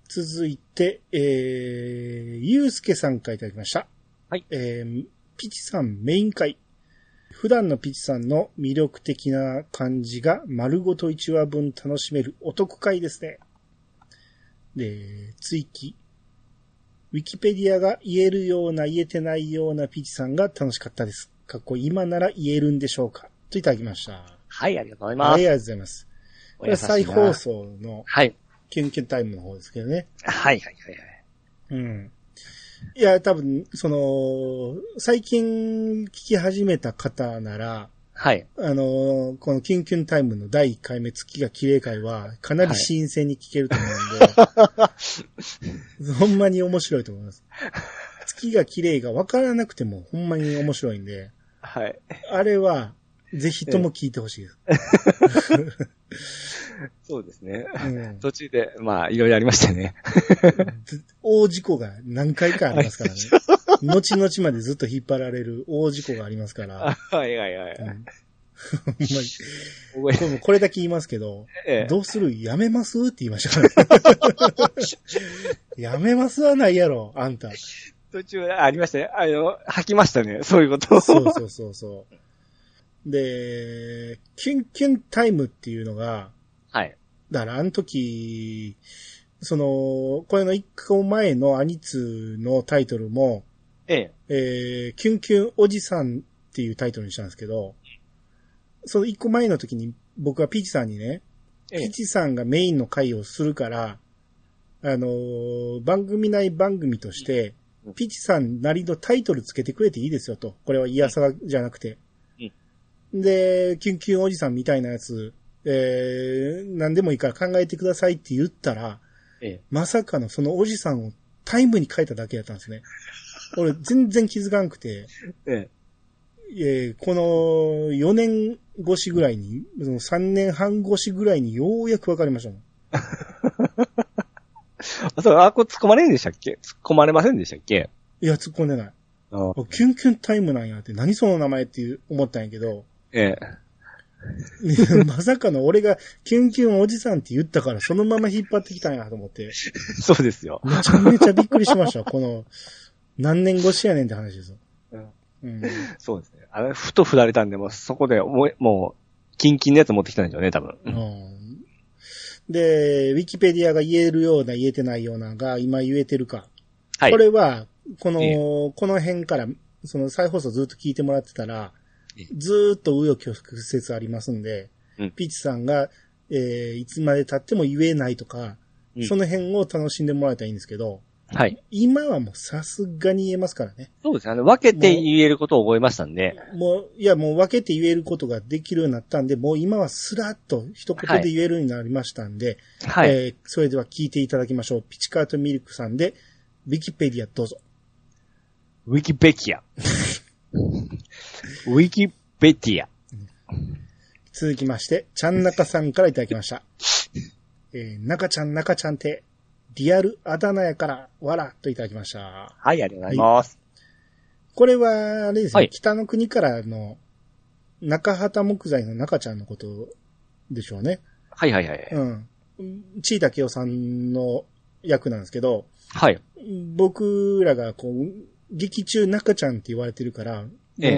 続いて、ゆうすけさんからいただきました。 はい。 ピチさんメイン会。普段のピチさんの魅力的な感じが丸ごと1話分楽しめるお得会ですね。で、追記。ウィキペディアが言えるような言えてないようなピチさんが楽しかったです。今なら言えるんでしょうかといただきました。 はい、ありがとうございます。 はい、ありがとうございます。これは再放送の、 はい。 キュンキュンタイムの方ですけどね。 はい、はい、はい。 うん。いや、多分、最近聞き始めた方なら、 はい。 このキュンキュンタイムの第1回目月が綺麗会は、かなり新鮮に聞けると思うんで、ほんまに面白いと思います。月が綺麗が分からなくても、ほんまに面白いんで、 はい。 あれは、ぜひとも聞いてほしいです。 そうですね。 うん、 途中で、まあ、いろいろありましたね。 大事故が何回かありますからね。後々までずっと引っ張られる大事故がありますから。 はいはいはい。 ほんまにこれだけ言いますけど、どうするやめますって言いましたから、ね。やめますはないやろ、あんた。 途中ありましたね。吐きましたね。そういうこと。 そうそうそうそう。で、キュンキュンタイムっていうのが、 はい。 だからあの時、これの一個前のアニツのタイトルも、キュンキュンおじさんっていうタイトルにしたんですけど、その一個前の時に僕はピチさんにね、ピチさんがメインの回をするから、番組内番組として、ピチさんなりのタイトルつけてくれていいですよと。これはイヤサガじゃなくて。で、キュンキュンおじさんみたいなやつ、何でもいいから考えてくださいって言ったら、まさかのそのおじさんをタイムに変えただけだったんですね。俺全然気づかんくて、この4年越しぐらいに、その3年半越しぐらいにようやくわかりましたもん。 そう、これ突っ込まれんでしたっけ？突っ込まれませんでしたっけ？ いや、突っ込んでない。キュンキュンタイムなんやって、何その名前って思ったんやけど、まさかの俺がキュンキュンおじさんって言ったからそのまま引っ張ってきたんやと思って。 そうですよ。 めちゃめちゃびっくりしました。この、何年越しやねんって話ですよ。 そうですね。ふと振られたんで、もうそこでもう、キンキンのやつ持ってきたんでしょうね、多分。 で、ウィキペディアが言えるような言えてないようなが今言えてるか。 はい。 これは、この辺から、その再放送ずっと聞いてもらってたら、ずーっと紆余曲折ありますんで、ピッチさんが、いつまで経っても言えないとか、その辺を楽しんでもらえたらいいんですけど、 はい。 今はもうさすがに言えますからね。 そうですね。分けて言えることを覚えましたんで。 もう分けて言えることができるようになったんで、もう今はスラッと一言で言えるようになりましたんで、 はい。 それでは聞いていただきましょう。ピチカートミルクさんで、ウィキペディアどうぞ。 ウィキペキア。ウィキペディア。 続きまして、ちゃんなかさんからいただきました。中ちゃんって、リアルあだ名やから、わら、といただきました。 はい、ありがとうございます。 これは、あれですね、北の国からの、中畑木材の中ちゃんのことでしょうね。 はいはいはい。 ちいたけおさんの役なんですけど、 はい。 僕らが劇中中ちゃんって言われてるから、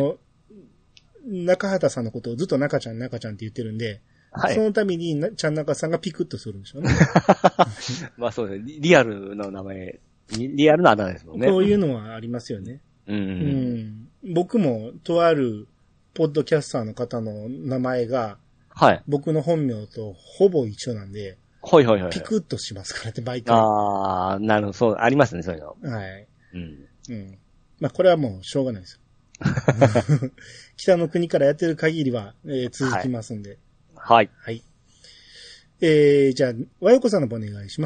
中畑さんのことをずっと中ちゃんって言ってるんで、はい、そのためにちゃん中さんがピクッとするんでしょうね。 まあそうですね。リアルの名前、リアルなあだ名ですもんね。 そういうのはありますよね。僕もとあるポッドキャスターの方の名前が、はい、僕の本名とほぼ一緒なんで、 はいはいはい。 ピクッとしますからね、毎回。 ああ、なるほど、そう、ありますね、そういうの。 はい。まあこれはもうしょうがないですよ。北の国からやってる限りは、続きますんで。 はい。 はい。じゃあ、和よこさんの方お願いします。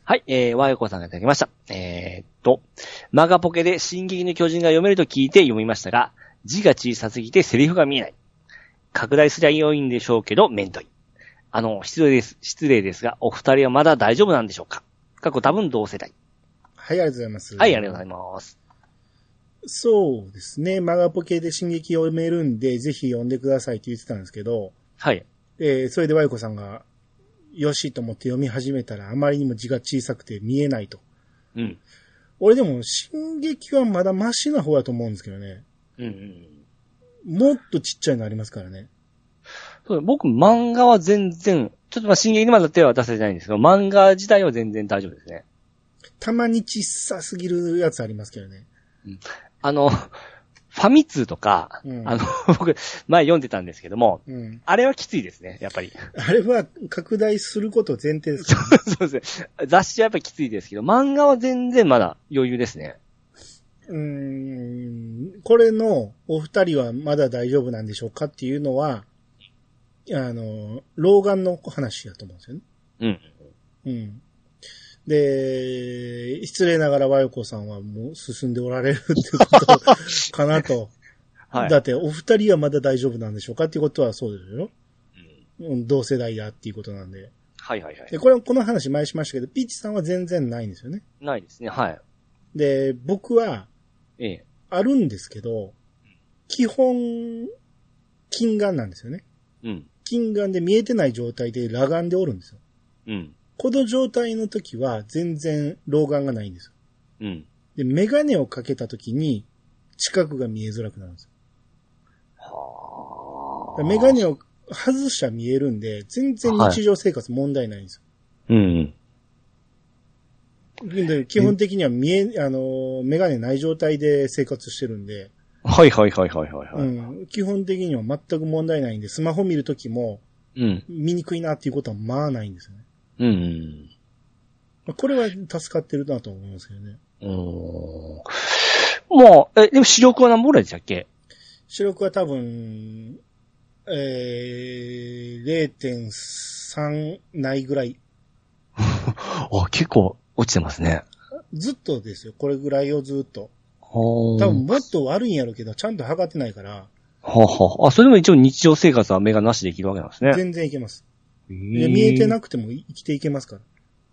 はい、和よこさんがいただきました。マガポケで進撃の巨人が読めると聞いて読みましたが、字が小さすぎてセリフが見えない。拡大すりゃ良いんでしょうけど、めんどい。失礼ですが、お二人はまだ大丈夫なんでしょうか？多分同世代。 はい、ありがとうございます。 はい、ありがとうございます。 そうですね。マガポケで進撃を読めるんで、ぜひ読んでくださいって言ってたんですけど、 はい。 それで和よこさんが、 よしと思って読み始めたらあまりにも字が小さくて見えないと。 うん。 俺でも、進撃はまだマシな方だと思うんですけどね。 うん。 もっとちっちゃいのありますからね。 そう僕、漫画は全然、ちょっと進撃にまだ手は出せてないんですけど、漫画自体は全然大丈夫ですね。 たまに小さすぎるやつありますけどね。 うん、ファミ通とか、僕、前読んでたんですけども、あれはきついですね、やっぱり。 あれは拡大すること前提ですか、ね、そうですね。雑誌はやっぱりきついですけど、漫画は全然まだ余裕ですね。 これのお二人はまだ大丈夫なんでしょうかっていうのは、老眼の話だと思うんですよね。うん。で、失礼ながら和洋子さんはもう進んでおられるってことかなと。はい。だってお二人はまだ大丈夫なんでしょうかっていうことはそうですよ。同世代だっていうことなんで。 はいはいはい。 で、この話前しましたけど、ピーチさんは全然ないんですよね。 ないですね、はい。 で、僕は、あるんですけど、基本、近眼なんですよね。うん。近眼で見えてない状態で裸眼でおるんですよ。うん。この状態の時は全然老眼がないんですよ。うん。で、メガネをかけた時に近くが見えづらくなるんですよ。はあ。メガネを外しゃ見えるんで、全然日常生活問題ないんですよ。はい、うん。で、基本的にはメガネない状態で生活してるんで。 はいはいはいはいはい、はい。 うん。基本的には全く問題ないんで、スマホ見るときも、うん。見にくいなっていうことはまあないんですよね。うん。これは助かってるなと思いますけどね。 もう、でも視力は何ぼぐらいでしたっけ？ 視力は多分、0.3 ないぐらい。 あ、結構落ちてますね。 ずっとですよ。これぐらいをずっと。多分もっと悪いんやろうけど、ちゃんと測ってないから。 あ、それでも一応日常生活は目がなしでいけるわけなんですね。 全然いけます。見えてなくても生きていけますから。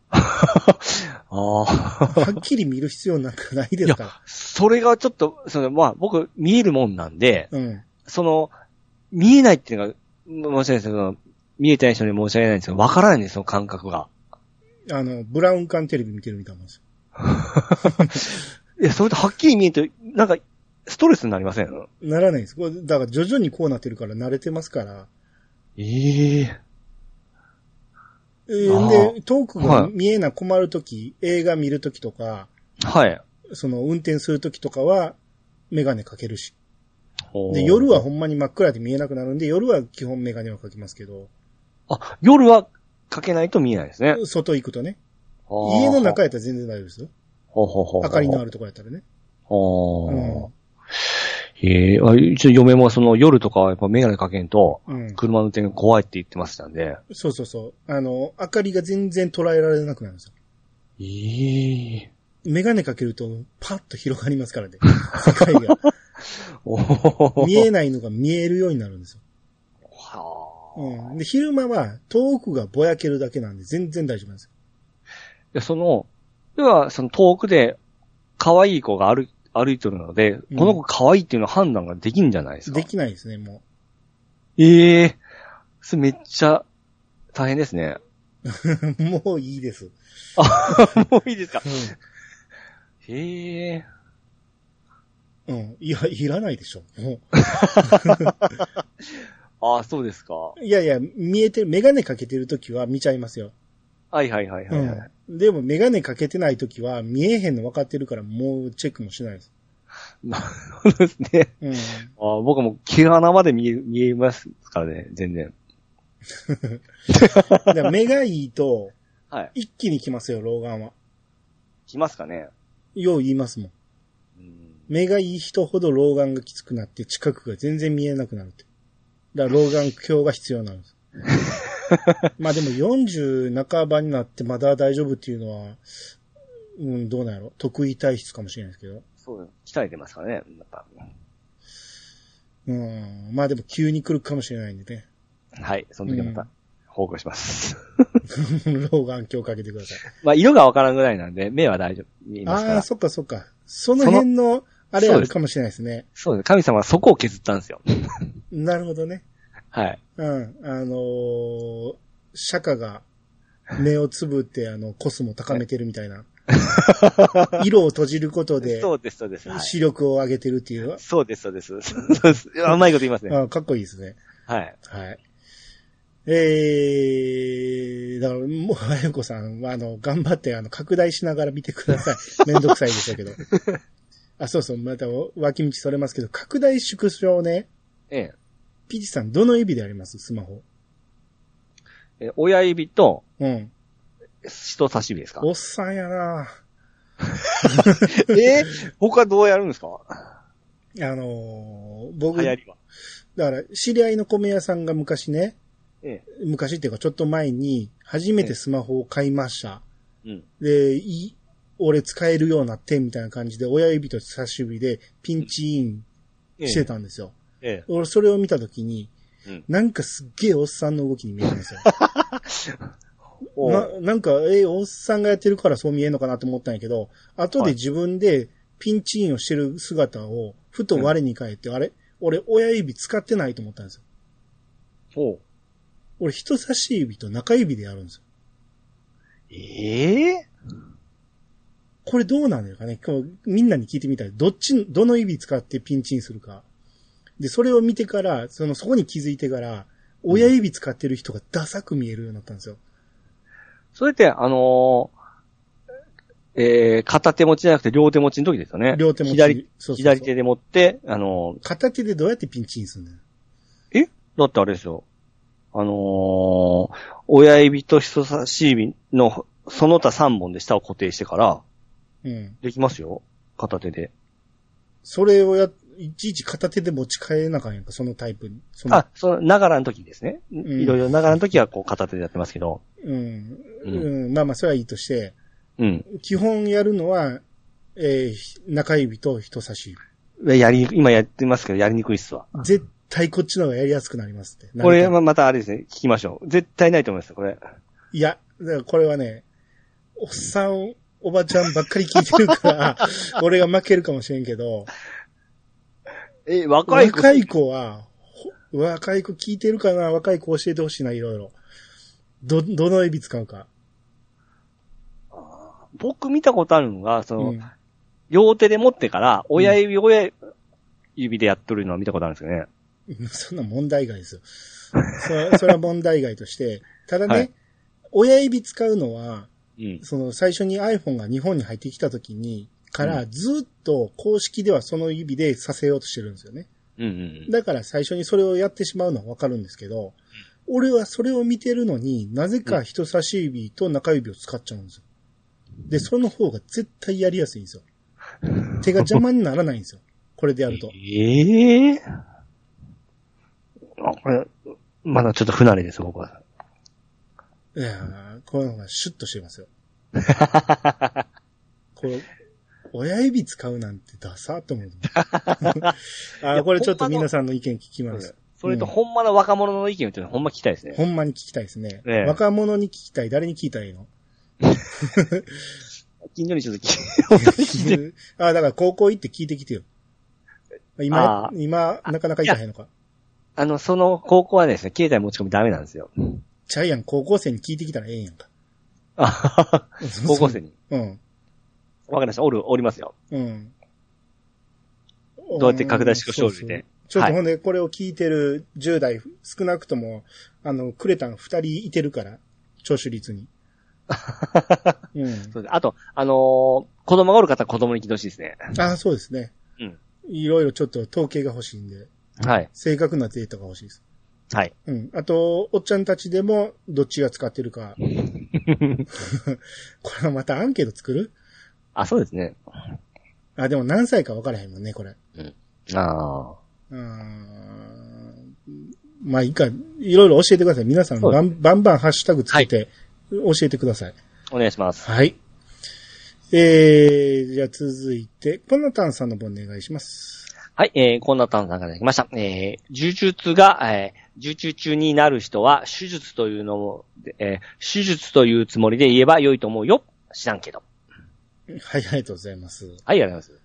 はっきり見る必要なんかないですから。いや、 それがちょっと、僕、見えるもんなんで、見えないっていうのが、申し訳ないですけど、見えてない人に申し訳ないんですけど、わからないんですよ、感覚が。 ブラウン管テレビ見てるみたいなんですよ。 いや、それとはっきり見えて、なんか、ストレスになりません？ ならないです。だから徐々にこうなってるから慣れてますから。で、遠くが見えな困るとき、映画見るときとか、はい。運転するときとかは、メガネかけるし。で、夜はほんまに真っ暗で見えなくなるんで、夜は基本メガネをかけますけど。 あ、夜はかけないと見えないですね。 外行くとね。家の中やったら全然大丈夫ですよ。明かりのあるところやったらね。 一応嫁も夜とかはやっぱメガネかけんと、車の運転が怖いって言ってましたんで。 そうそうそう。明かりが全然捉えられなくなるんですよ。メガネかけるとパッと広がりますからね。世界が。見えないのが見えるようになるんですよ。で、昼間は遠くがぼやけるだけなんで全然大丈夫なんですよ。要は遠くで可愛い子が歩いてるので、この子可愛いっていうの判断ができんじゃないですか。 できないですね、もう。それめっちゃ大変ですね。 もういいです。 もういいですか。 うん。いや、いらないでしょ。 そうですか。 いやいや、メガネかけてるときは見ちゃいますよ。 はいはいはいはい、はい。 でもメガネかけてないときは見えへんの分かってるからもうチェックもしないです。 なるほどですね。僕も毛穴まで見えますからね、全然。 目がいいと、一気に来ますよ、老眼は。 来ますかね。 よう言いますもん。目がいい人ほど老眼がきつくなって近くが全然見えなくなるって。だから老眼鏡が必要なんです。まあでも40半ばになってまだ大丈夫っていうのは、どうなんやろ。得意体質かもしれないですけど。 そう、鍛えてますからね、やっぱ。 まあでも急に来るかもしれないんでね。 はい、その時はまた報告します。 老眼鏡かけてください。 まあ色がわからんぐらいなんで、目は大丈夫。見えますから。 そっかそっか。その辺の、あれあるかもしれないですね。 そうです。神様はそこを削ったんですよ。 なるほどね。 はい。 釈迦が目をつぶってコスモ高めてるみたいな。色を閉じることで、 そうです、そうです。 視力を上げてるっていう。 そうです、そうです。うまいこと言いますね。 かっこいいですね。 はい。 はい。だから、もう、あやこさんは、頑張って、拡大しながら見てください。めんどくさいでしょうけど。そうそう、また、脇道それますけど、拡大縮小ね。ピチさん、どの指でやりますスマホ。 親指と、人差し指ですか？ おっさんやな他どうやるんですか？ 僕、だから、知り合いの米屋さんが昔ね、昔っていうかちょっと前に、初めてスマホを買いました。で、俺使えるようになってみたいな感じで、親指と人差し指でピンチインしてたんですよ。俺それを見たときに、なんかすっげえおっさんの動きに見えるんですよ。なんか、おっさんがやってるからそう見えるのかなと思ったんやけど、後で自分でピンチインをしてる姿を、ふと我に返って、あれ俺親指使ってないと思ったんですよ。俺人差し指と中指でやるんですよ。これどうなんだよかね。みんなに聞いてみたい。どの指使ってピンチインするか。で、それを見てから、そこに気づいてから、親指使ってる人がダサく見えるようになったんですよ。 それって、片手持ちじゃなくて両手持ちの時ですよね。 両手持ち。 左手で持って、 片手でどうやってピンチインするんだよ。 だってあれですよ。親指と人差し指のその他3本で下を固定してから、できますよ。片手で。 それをいちいち片手で持ち帰れなかんやんか、そのタイプに。 ながらの時ですね。いろいろながらの時はこう片手でやってますけど。 まあ、それはいいとして、基本やるのは、中指と人差し指。今やってますけど、やりにくいっすわ。 絶対こっちの方がやりやすくなりますって。 これはまたあれですね、聞きましょう。絶対ないと思いますよ、これ。 いや、だからこれはね、おっさん、おばちゃんばっかり聞いてるから、俺が負けるかもしれんけど、若い子聞いてるかな？若い子教えてほしいな、いろいろ。どの指使うか。 僕見たことあるのが、両手で持ってから、親指でやっとるのは見たことあるんですよね。 そんな問題外ですよ。それは問題外として、ただね、親指使うのは、最初に iPhone が日本に入ってきた時に、からずっと公式ではその指でさせようとしてるんですよね。だから最初にそれをやってしまうのはわかるんですけど、俺はそれを見てるのになぜか人差し指と中指を使っちゃうんですよ。で、その方が絶対やりやすいんですよ。手が邪魔にならないんですよ。これでやると。 これ、まだちょっと不慣れです、僕は。 いやー、こういうのがシュッとしてますよ。これ親指使うなんてダサーと思う。これちょっと皆さんの意見聞きます。 それと、ほんまの若者の意見ってほんま聞きたいですね。 ほんまに聞きたいですね。若者に聞きたい。誰に聞いたらいいの？ 近所にちょっと聞いて。 だから高校行って聞いてきてよ。今、なかなか行かへんのか。 その高校はですね、携帯持ち込みダメなんですよ。 ちゃうやん、高校生に聞いてきたらええんやんか。 高校生に。わかりました。おりますよ。 うん。 どうやって拡大縮小で。 ちょっとほんで、これを聞いてる10代、少なくとも、くれたの2人いてるから、聴取率に。 そうです。あと、子供がおる方は子供に聞いてほしいですね。 そうですね。いろいろちょっと統計が欲しいんで。正確なデータが欲しいです。あと、おっちゃんたちでも、どっちが使ってるか。これはまたアンケート作る？ そうですね。 でも何歳か分からへんもんね、これ。まあいいか、いろいろ教えてください。皆さんバンバンハッシュタグつけて、教えてください。 お願いします。 はい。じゃあ続いて、コナタンさんの方お願いします。 はい、コナタンさんからいただきました。呪術が、受注中になる人は、手術というのも、手術というつもりで言えば良いと思うよ。知らんけど。 はい、ありがとうございます。 はい、ありがとうございます。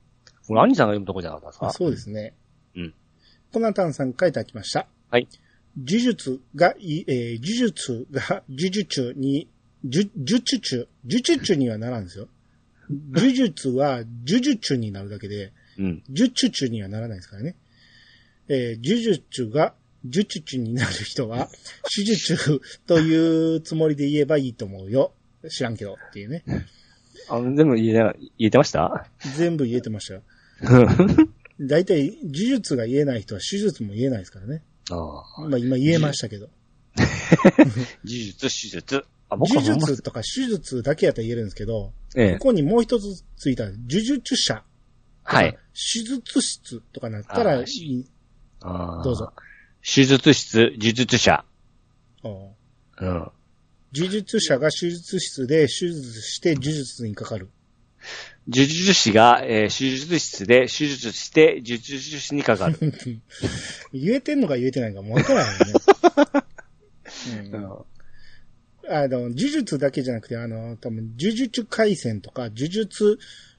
これ、兄さんが読むとこじゃなかったですか？ そうですね。コナタンさん書いてあきました。 はい。 呪術が呪術にはならんですよ。呪術は呪術になるだけで、呪術にはならないですからね。呪術が呪術になる人は、手術というつもりで言えばいいと思うよ。知らんけどっていうね。 全部言えてました？ 全部言えてましたよ。だいたい呪術が言えない人は手術も言えないですからね。まあ今言えましたけど。 呪術、手術。 呪術とか手術だけやったら言えるんですけど、ここにもう一つついた呪術者。はい。手術室とかなったらいい。どうぞ。 手術室、呪術者。 呪術者が手術室で手術して呪術にかかる。 呪術師が、手術室で手術して呪術師にかかる。 言えてんのか言えてないかもわからないよね。呪術だけじゃなくて、多分、呪術廻戦とか、呪術、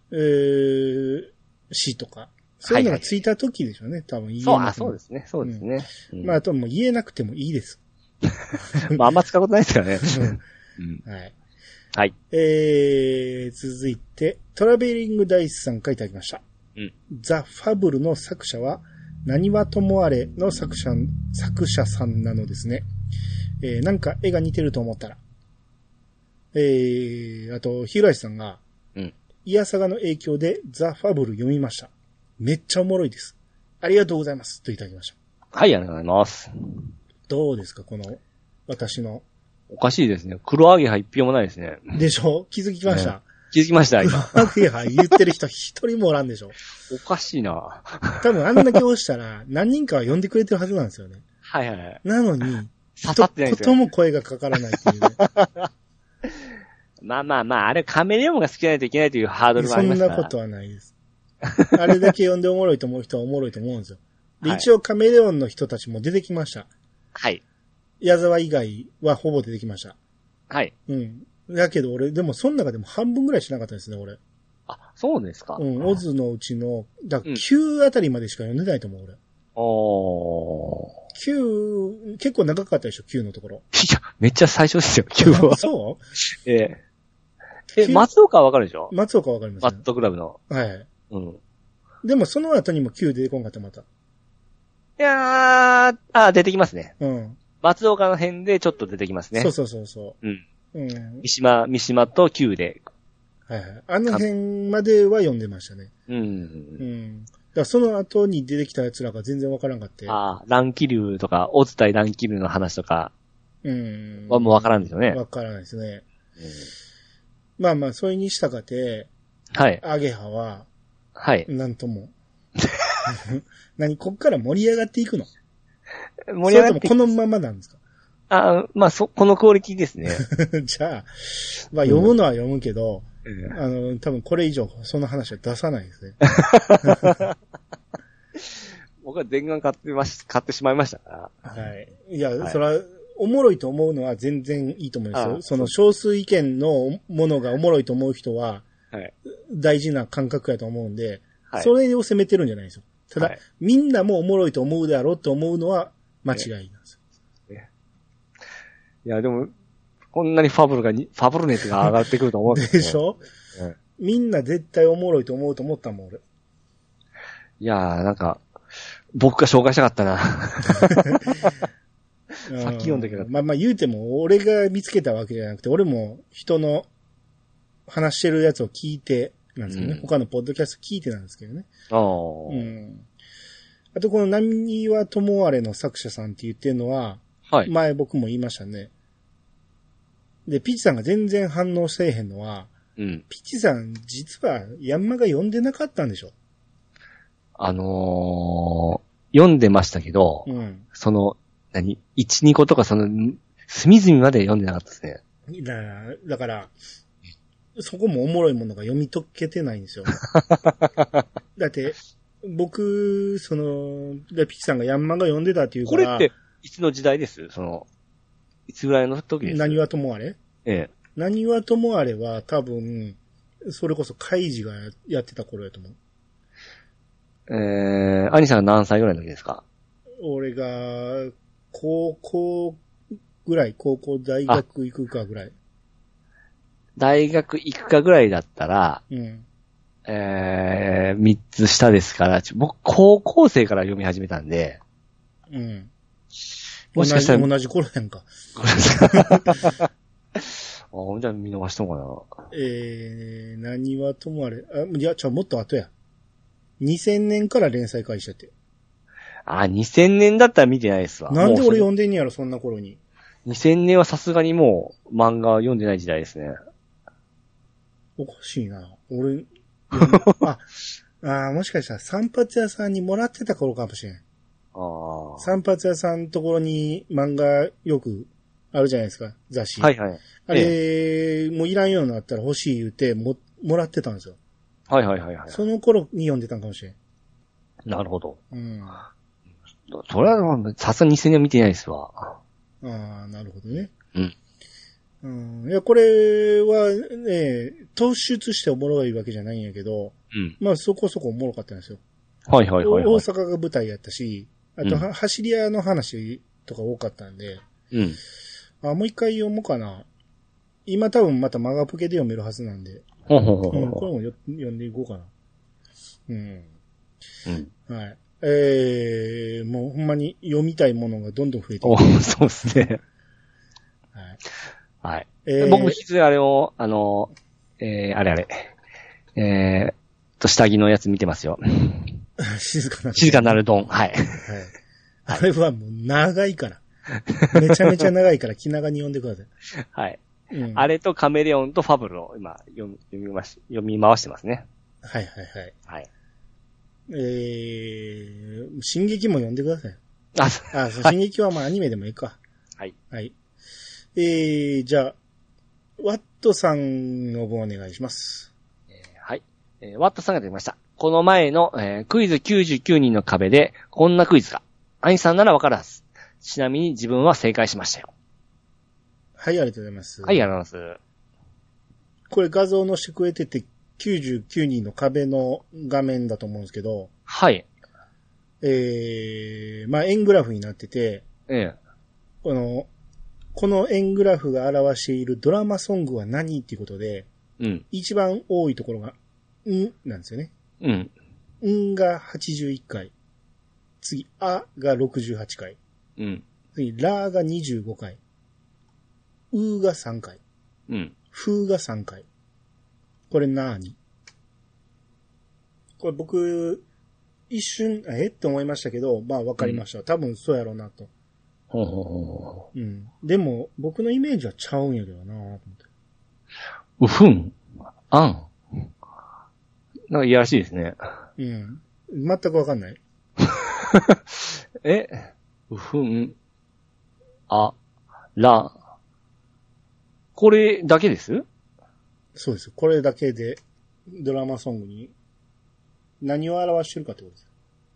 師とか、そういうのがついた時でしょうね、多分言えなくても。 そうですね、そうですね。 まあ、あともう言えなくてもいいです。 まあ、あんま使うことないですからね。 はい。 はい。 続いて、トラベリングダイスさんからいただきました。ザ・ファブルの作者は、何はともあれの作者さんなのですね。なんか絵が似てると思ったら。あと、ひろやしさんが、イヤサガの影響でザ・ファブル読みました。めっちゃおもろいです。ありがとうございます。といただきました。 はい、ありがとうございます。どうですか、この、私の。 おかしいですね。黒アゲハ一票もないですね。 でしょ？気づきました、 気づきました、 今。黒アゲハ言ってる人一人もおらんでしょ。 おかしいな。 多分あんだけ押したら何人かは呼んでくれてるはずなんですよね。 はいはいはい。 なのに、 刺さってないんですよ。 とも声がかからないっていうね。 まあ、あれカメレオンが好きじゃないといけないというハードルがありますから。 そんなことはないです。あれだけ呼んでおもろいと思う人はおもろいと思うんですよ。で、一応カメレオンの人たちも出てきました。 はい。 矢沢以外はほぼ出てきました。 はい。 だけど俺、でもその中でも半分ぐらいしなかったですね、俺。 あ、そうですか？ オズのうちの、9あたりまでしか読んでないと思う、俺。9、結構長かったでしょ、9のところ。 いや、めっちゃ最初ですよ、9は。 そう松岡はわかるでしょ？ 松岡はわかります、 バットクラブの。 はい。でもその後にも9出てこんかった、また。 いやー、出てきますね。松岡の辺でちょっと出てきますね。 そう。 三島と9で。 はい。あの辺までは読んでましたね。だからその後に出てきた奴らが全然わからんかって。 乱気流とか、オズ対乱気流の話とか。はもうわからんですよね。 わからないですね。まあ、それにしたかて、 はい。 アゲハは、 はい。 なんとも。こっから盛り上がっていくの？ 盛り上がっていく。 それともこのままなんですか？ このクオリティですね。 じゃあ、読むのは読むけど、多分これ以上その話は出さないですね。 僕は電眼買ってしまいましたから。 はい。いや、それは、おもろいと思うのは全然いいと思いますよ。その少数意見のものがおもろいと思う人は、大事な感覚やと思うんで、それを責めてるんじゃないですよ。ただ、みんなもおもろいと思うであろうと思うのは間違いなんですよ。 いや、でも、こんなにファブル熱が上がってくると思うんですよ。 でしょ？みんな絶対おもろいと思うと思ったもん、俺。 いやー、なんか、僕が紹介したかったな。さっき読んだけど。 言うても、俺が見つけたわけじゃなくて、俺も人の話してるやつを聞いてなんですけどね。他のポッドキャスト聞いてなんですけどね。あと、この何はともあれの作者さんって言ってるのは、前僕も言いましたね。で、ピチさんが全然反応せえへんのは、ピチさん実はヤンマが読んでなかったんでしょ？ 読んでましたけど、その、1、2個とか隅々まで読んでなかったですね。 だから、そこもおもろいものが読み解けてないんですよ。だって、僕、ピチさんがヤンマが読んでたっていうから。 これって、いつの時代です？いつぐらいの時です？ 何はともあれ？何はともあれは多分、それこそカイジがやってた頃やと思う。 兄さんが何歳ぐらいの時ですか？ 俺が、 高校ぐらい、大学行くかぐらい。 大学行くかぐらいだったら、うん。3つ下ですから、僕、高校生から読み始めたんで、 うん。もしかしたら同じ頃やんか。 じゃあ見逃したのかな。 何はともあれ。いや、もっと後や。2000年から連載開始やって。 2000年だったら見てないですわ。 なんで俺読んでんねやろ、そんな頃に。 2000年はさすがにもう漫画読んでない時代ですね。 おかしいな。俺、もしかしたら散髪屋さんにもらってた頃かもしれん。散髪屋さんのところに漫画よくあるじゃないですか、雑誌。 はいはい。 あれ、もういらんようになったら欲しい言うて、もらってたんですよ。 はいはいはいはい。 その頃に読んでたんかもしれん。 なるほど。うん。それは、さすがに2000年見てないですわ。 なるほどね。うん。いや、これはね、突出しておもろいわけじゃないんやけど、まあそこそこおもろかったんですよ。 はいはいはい、はい。 大阪が舞台やったし、あと、走り屋の話とか多かったんで、もう一回読もうかな。今多分またマガポケで読めるはずなんで、これも読んでいこうかな。はい。もうほんまに読みたいものがどんどん増えていく。 そうですね。はい。僕も引き続きあれを、下着のやつ見てますよ。 静かなるドン。はい。 あれはもう長いから。めちゃめちゃ長いから気長に読んでください。 はい。あれとカメレオンとファブルを今読み回してますね。 はいはいはい。進撃も読んでください。そう、進撃はまあアニメでもいいか。 はい。 はい。じゃあ、ワットさんの分お願いします。 はい。ワットさんが出ました。この前の、クイズ99人の壁で、こんなクイズが。アニさんならわかるはず。ちなみに自分は正解しましたよ。 はい、ありがとうございます。 はい、ありがとうございます。 これ画像載せてくれてて、99人の壁の画面だと思うんですけど。 はい。 まあ、円グラフになってて、この円グラフが表しているドラマソングは何っていうことで、一番多いところが、なんですよね。が81回。次、が68回。次、が25回。が3回。ふが3回。これ何？これ僕、一瞬、って思いましたけど、まあわかりました。多分そうやろうなと。でも、僕のイメージはちゃうんやけどなぁ、と思って。 うふん。なんかいやらしいですね。 全くわかんない。 うふん。これだけです？ そうです。これだけで、ドラマソングに、何を表してるかってことです。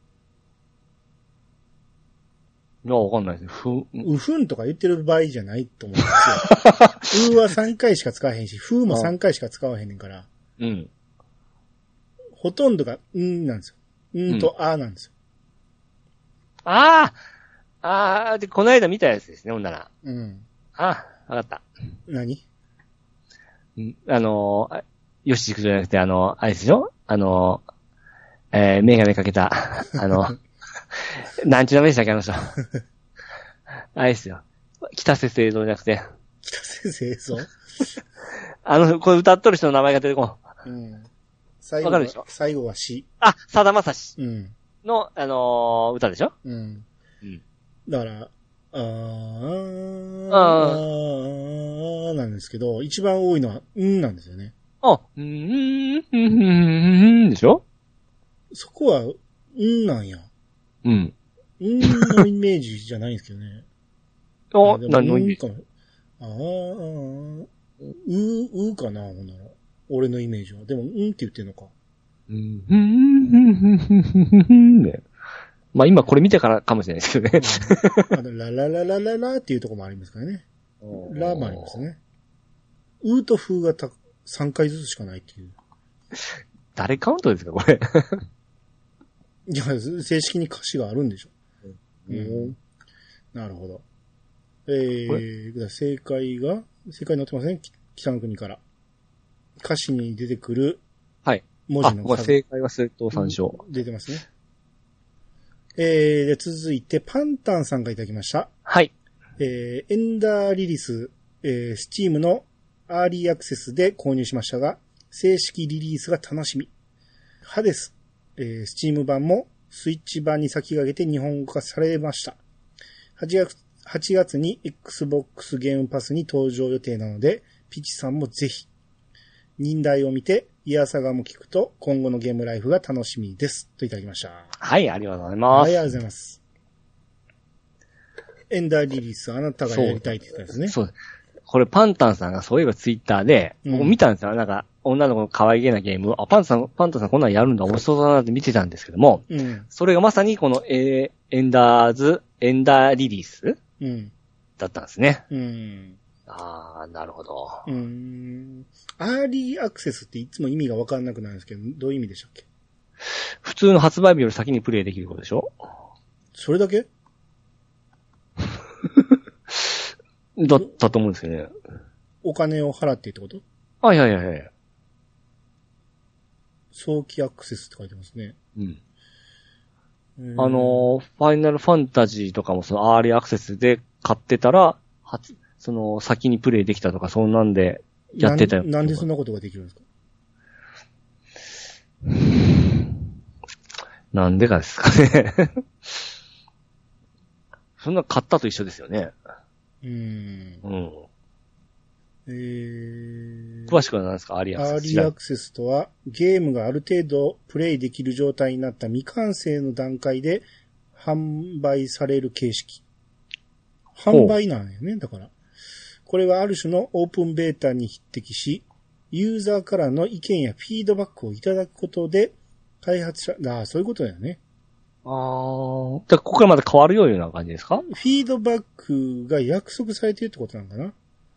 いや、わかんないです。 うふんとか言ってる場合じゃないと思うんですよ。うは3回しか使わへんし、ふも3回しか使わへんねんから。ほとんどが、なんですよ。となんですよ。で、この間見たやつですね、ほんなら。わかった。 何？ よしじくじゃなくて、あれですよ。メガネかけた、なんちゅう名前でしたっけ、あの人。あれですよ。北瀬製造じゃなくて。 北瀬製造これ歌っとる人の名前が出てこん。わかるでしょ？ 最後は詩。 さだまさし。の、歌でしょ？ だから、なんですけど、一番多いのは、なんですよね。 でしょ？ そこは、なんや。のイメージじゃないんですけどね。何のイメージ？かな、ほんなら。俺のイメージは。でも、って言ってんのか。 まあ今これ見てからかもしれないですけどね。 ララララララっていうところもありますからね。ラもありますね。と風が3回ずつしかないっていう。 誰カウントですかこれ。 いや、正式に歌詞があるんでしょ。 なるほど。正解載ってません？北の国から。歌詞に出てくる。 はい。 文字の数。 正解は正当参照。 出てますね。で、続いて、パンタンさんがいただきました。 はい。 エンダーリリス、スチームのアーリーアクセスで購入しましたが、正式リリースが楽しみ。ハデス、スチーム版もスイッチ版に先駆けて日本語化されました。8月に Xbox ゲームパスに登場予定なので、ピチさんもぜひ。忍耐を見て、イヤサガも聞くと、今後のゲームライフが楽しみです。といただきました。 はい、ありがとうございます。 はい、ありがとうございます。エンダーリリース、あなたがやりたいって言ったんですね。 そう。これパンタンさんがそういえばツイッターで、僕見たんですよ。なんか、女の子の可愛げなゲーム。パンタンさんこんなんやるんだ、面白そうだなって見てたんですけども、それがまさにこの、エンダーリリースだったんですね。ああ、なるほど。 アーリーアクセスっていつも意味がわかんなくなるんですけど、どういう意味でしたっけ？ 普通の発売日より先にプレイできることでしょ？ それだけだったと思うんですよね。 お金を払ってってこと？ はいはいはい。 早期アクセスって書いてますね。 ファイナルファンタジーとかもそのアーリーアクセスで買ってたら、その先にプレイできたとか、そんなんでやってたよ。 なんでそんなことができるんですか？ なんでかですかね。そんな買ったと一緒ですよね。詳しくは何ですか？アーリーアクセス。 アーリーアクセスとは、ゲームがある程度プレイできる状態になった未完成の段階で販売される形式。販売なんよね、だから。これはある種のオープンベータに匹敵し、ユーザーからの意見やフィードバックをいただくことで、開発者、そういうことだよね。 じゃあ、ここからまた変わるような感じですか？ フィードバックが約束されているってことなのかな？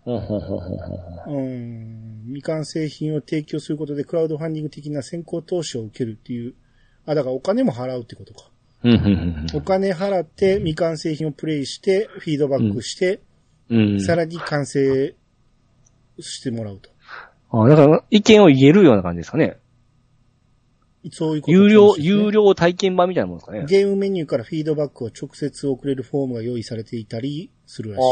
未完成品を提供することでクラウドファンディング的な先行投資を受けるっていう、だからお金も払うってことか。お金払って未完成品をプレイして、フィードバックして、さらに完成してもらうと。 だから意見を言えるような感じですかね。 そういうことですね。 有料体験版みたいなもんですかね。 ゲームメニューからフィードバックを直接送れるフォームが用意されていたりするらしい。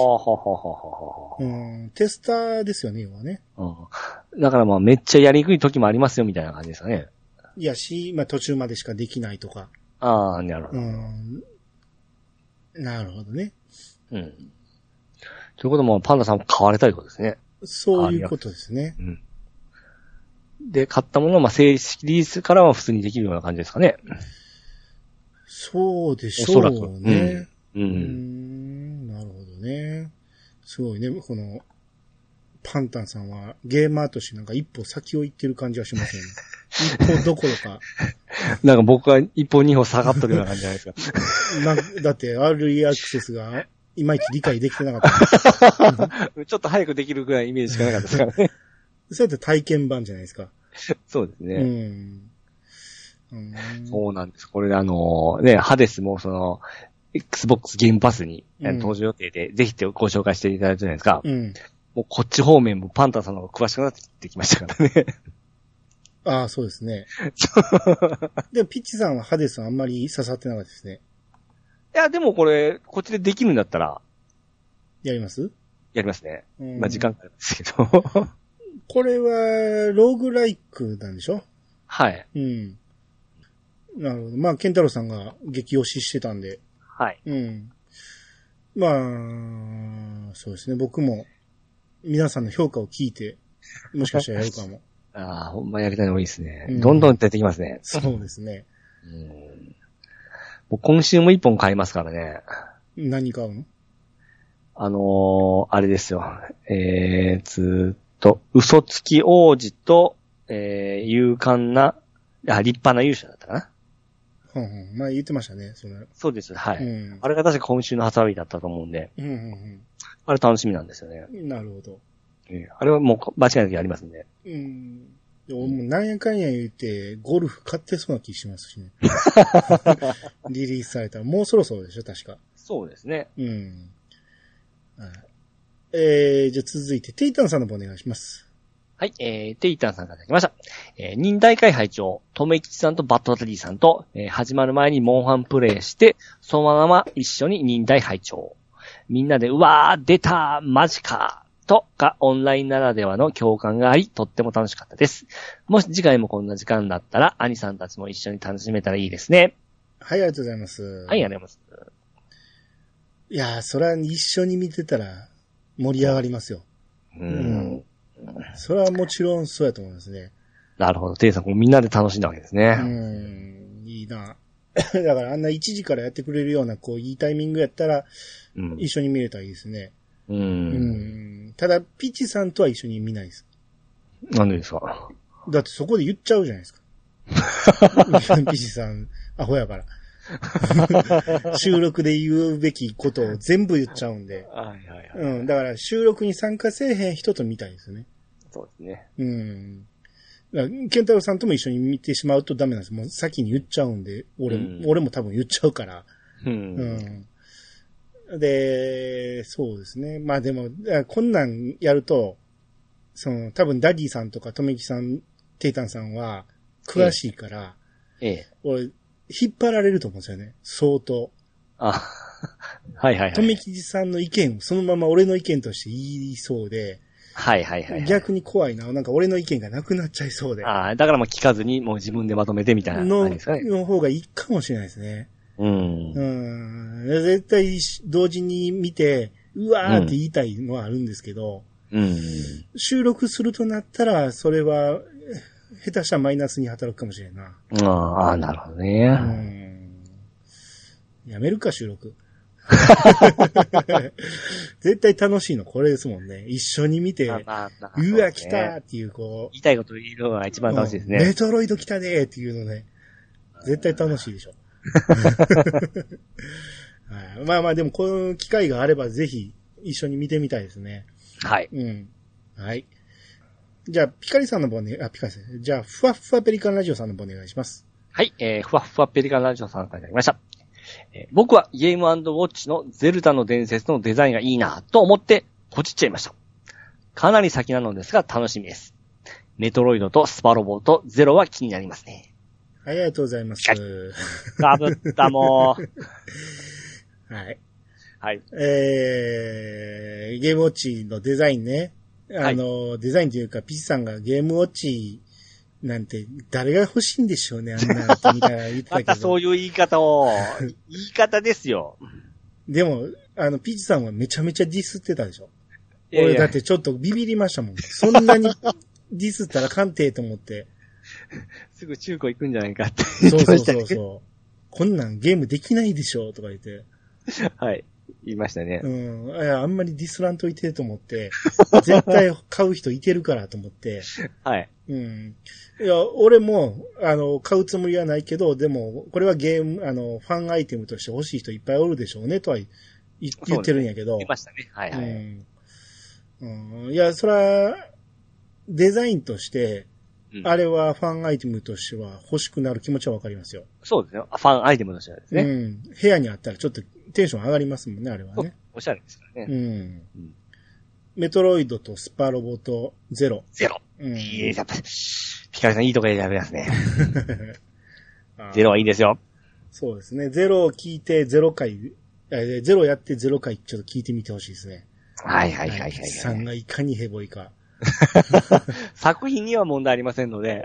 テスターですよね、要はね。 だからめっちゃやりにくい時もありますよみたいな感じですかね。 いやし、途中までしかできないとか。 なるほど。 なるほどね。 ということもパンダさんも買われたいことですね。 そういうことですね。 で、買ったものは正式リリースからは普通にできるような感じですかね。 そうでしょうね。おそらく。なるほどね。すごいね。この、パンタンさんはゲーマーとしてなんか一歩先を行ってる感じはしますよね。一歩どころか。 なんか僕は一歩二歩下がっとるような感じじゃないですか。だって RE アクセスがいまいち理解できてなかった。 ちょっと早くできるぐらいイメージしかなかったですからね。 そうやって体験版じゃないですか。 そうですね。そうなんです。これハデスもXbox ゲームパスに登場予定で、ぜひご紹介していただいたじゃないですか。もうこっち方面もパンタンさんの方が詳しくなってきましたからね。 ああ、そうですね。でもピッチさんはハデスはあんまり刺さってなかったですね。 いや、でもこっちでできるんだったら。 やります？ やりますね。時間かかるんですけど。 これは、ローグライクなんでしょ？ はい。 なるほど。ケンタロウさんが激推ししてたんで。 はい。 そうですね。僕も、皆さんの評価を聞いて、もしかしたらやるかも。 ほんまやりたいのがいいですね。どんどん出てきますね。 そうですね。 もう今週も一本買いますからね。 何買うの？あれですよ。嘘つき王子と、勇敢な、立派な勇者だったかな。 前言ってましたね。 そうです。はい。あれが確か今週の発売だったと思うんで。あれ楽しみなんですよね。 なるほど。 あれはもう間違いなくやりますんで。 でもなんやかんや言って、ゴルフ買ってそうな気しますしね。リリースされたら、もうそろそろでしょ、確か。 そうですね。 うん。じゃあ続いて、テイタンさんの方お願いします。 はい、テイタンさんからいただきました。任大会会長、とめきちさんとバットダディさんと、始まる前にモンハンプレイして、そのまま一緒に任大会長。みんなで、うわー、出たマジかとがオンラインならではの共感があり、とっても楽しかったです。もし次回もこんな時間だったら、兄さんたちも一緒に楽しめたらいいですね。 はい、ありがとうございます。 はい、ありがとうございます。 いやー、それは一緒に見てたら盛り上がりますよ。それはもちろんそうやと思いますね。 なるほど。テイさん、みんなで楽しんだわけですね。 いいな。だからあんな1時からやってくれるような、こう、いいタイミングやったら、一緒に見れたらいいですね。ただ、ピッチさんとは一緒に見ないです。 なんでですか？ だってそこで言っちゃうじゃないですか。ピッチさん、アホやから。収録で言うべきことを全部言っちゃうんで。だから収録に参加せえへん人と見たいですね。 そうですね。 ケンタロウさんとも一緒に見てしまうとダメなんです。もう先に言っちゃうんで、俺も多分言っちゃうから。で、そうですね。まあでも、こんなんやると、多分ダディさんとかトメキさん、テイタンさんは詳しいから、俺、引っ張られると思うんですよね。相当。とめきじさんの意見をそのまま俺の意見として言いそうで、逆に怖いな。なんか俺の意見がなくなっちゃいそうで。 だからもう聞かずにもう自分でまとめてみたいな感じですかね。 の方がいいかもしれないですね。絶対同時に見て、うわーって言いたいのはあるんですけど、収録するとなったら、それは、下手したらマイナスに働くかもしれんな。 なるほどね。 やめるか、収録。絶対楽しいのこれですもんね。一緒に見て、うわ、来たっていう、こう。 言いたいこと言うのが一番楽しいですね。 メトロイド来たねっていうのね。絶対楽しいでしょ。まあまあ、でもこの機会があればぜひ一緒に見てみたいですね。 はい。 はい。じゃあ、ピカリさんの方ね、ピカリさん。じゃあ、ふわふわペリカンラジオさんの方お願いします。 はい、ふわふわペリカンラジオさんからいただきました。僕はゲーム&ウォッチのゼルダの伝説のデザインがいいなと思ってポチっちゃいました。かなり先なのですが楽しみです。メトロイドとスパロボとゼロは気になりますね。 ありがとうございます。 かぶったもう。はい。 はい。 ゲームウォッチのデザインね。デザインというか、ピチさんがゲームウォッチなんて誰が欲しいんでしょうね、あんなってみたいな言ってたけど。 またそういう言い方を、言い方ですよ。 でも、ピチさんはめちゃめちゃディスってたでしょ。俺だってちょっとビビりましたもん。そんなにディスったら鑑定と思って。 すぐ中古行くんじゃないかって言ってましたね。そう。こんなんゲームできないでしょとか言って。 はい。言いましたね。 あんまりディスらんといてと思って、絶対買う人いてるからと思って。 はい。 いや、俺も、買うつもりはないけど、でも、これはゲーム、ファンアイテムとして欲しい人いっぱいおるでしょうね、とは言ってるんやけど。 言いましたね。はいはい。 いや、そら、デザインとして、あれはファンアイテムとしては欲しくなる気持ちはわかりますよ。 そうですね。ファンアイテムとしてはですね。 部屋にあったらちょっとテンション上がりますもんね、あれはね。 おしゃれですからね。 メトロイドとスパロボとゼロ。 やっぱ、ピカリさんいいとこでやりますね。ゼロはいいですよ。 そうですね。ゼロを聞いてゼロ回、ゼロやってゼロ回ちょっと聞いてみてほしいですね。 はい。 さんがいかにヘボいか。 作品には問題ありませんので。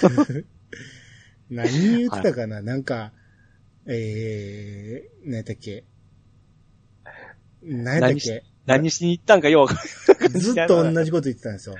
何言ってたかな、なんか、何やったっけ何しに行ったんかようずっと同じこと言ってたんですよ。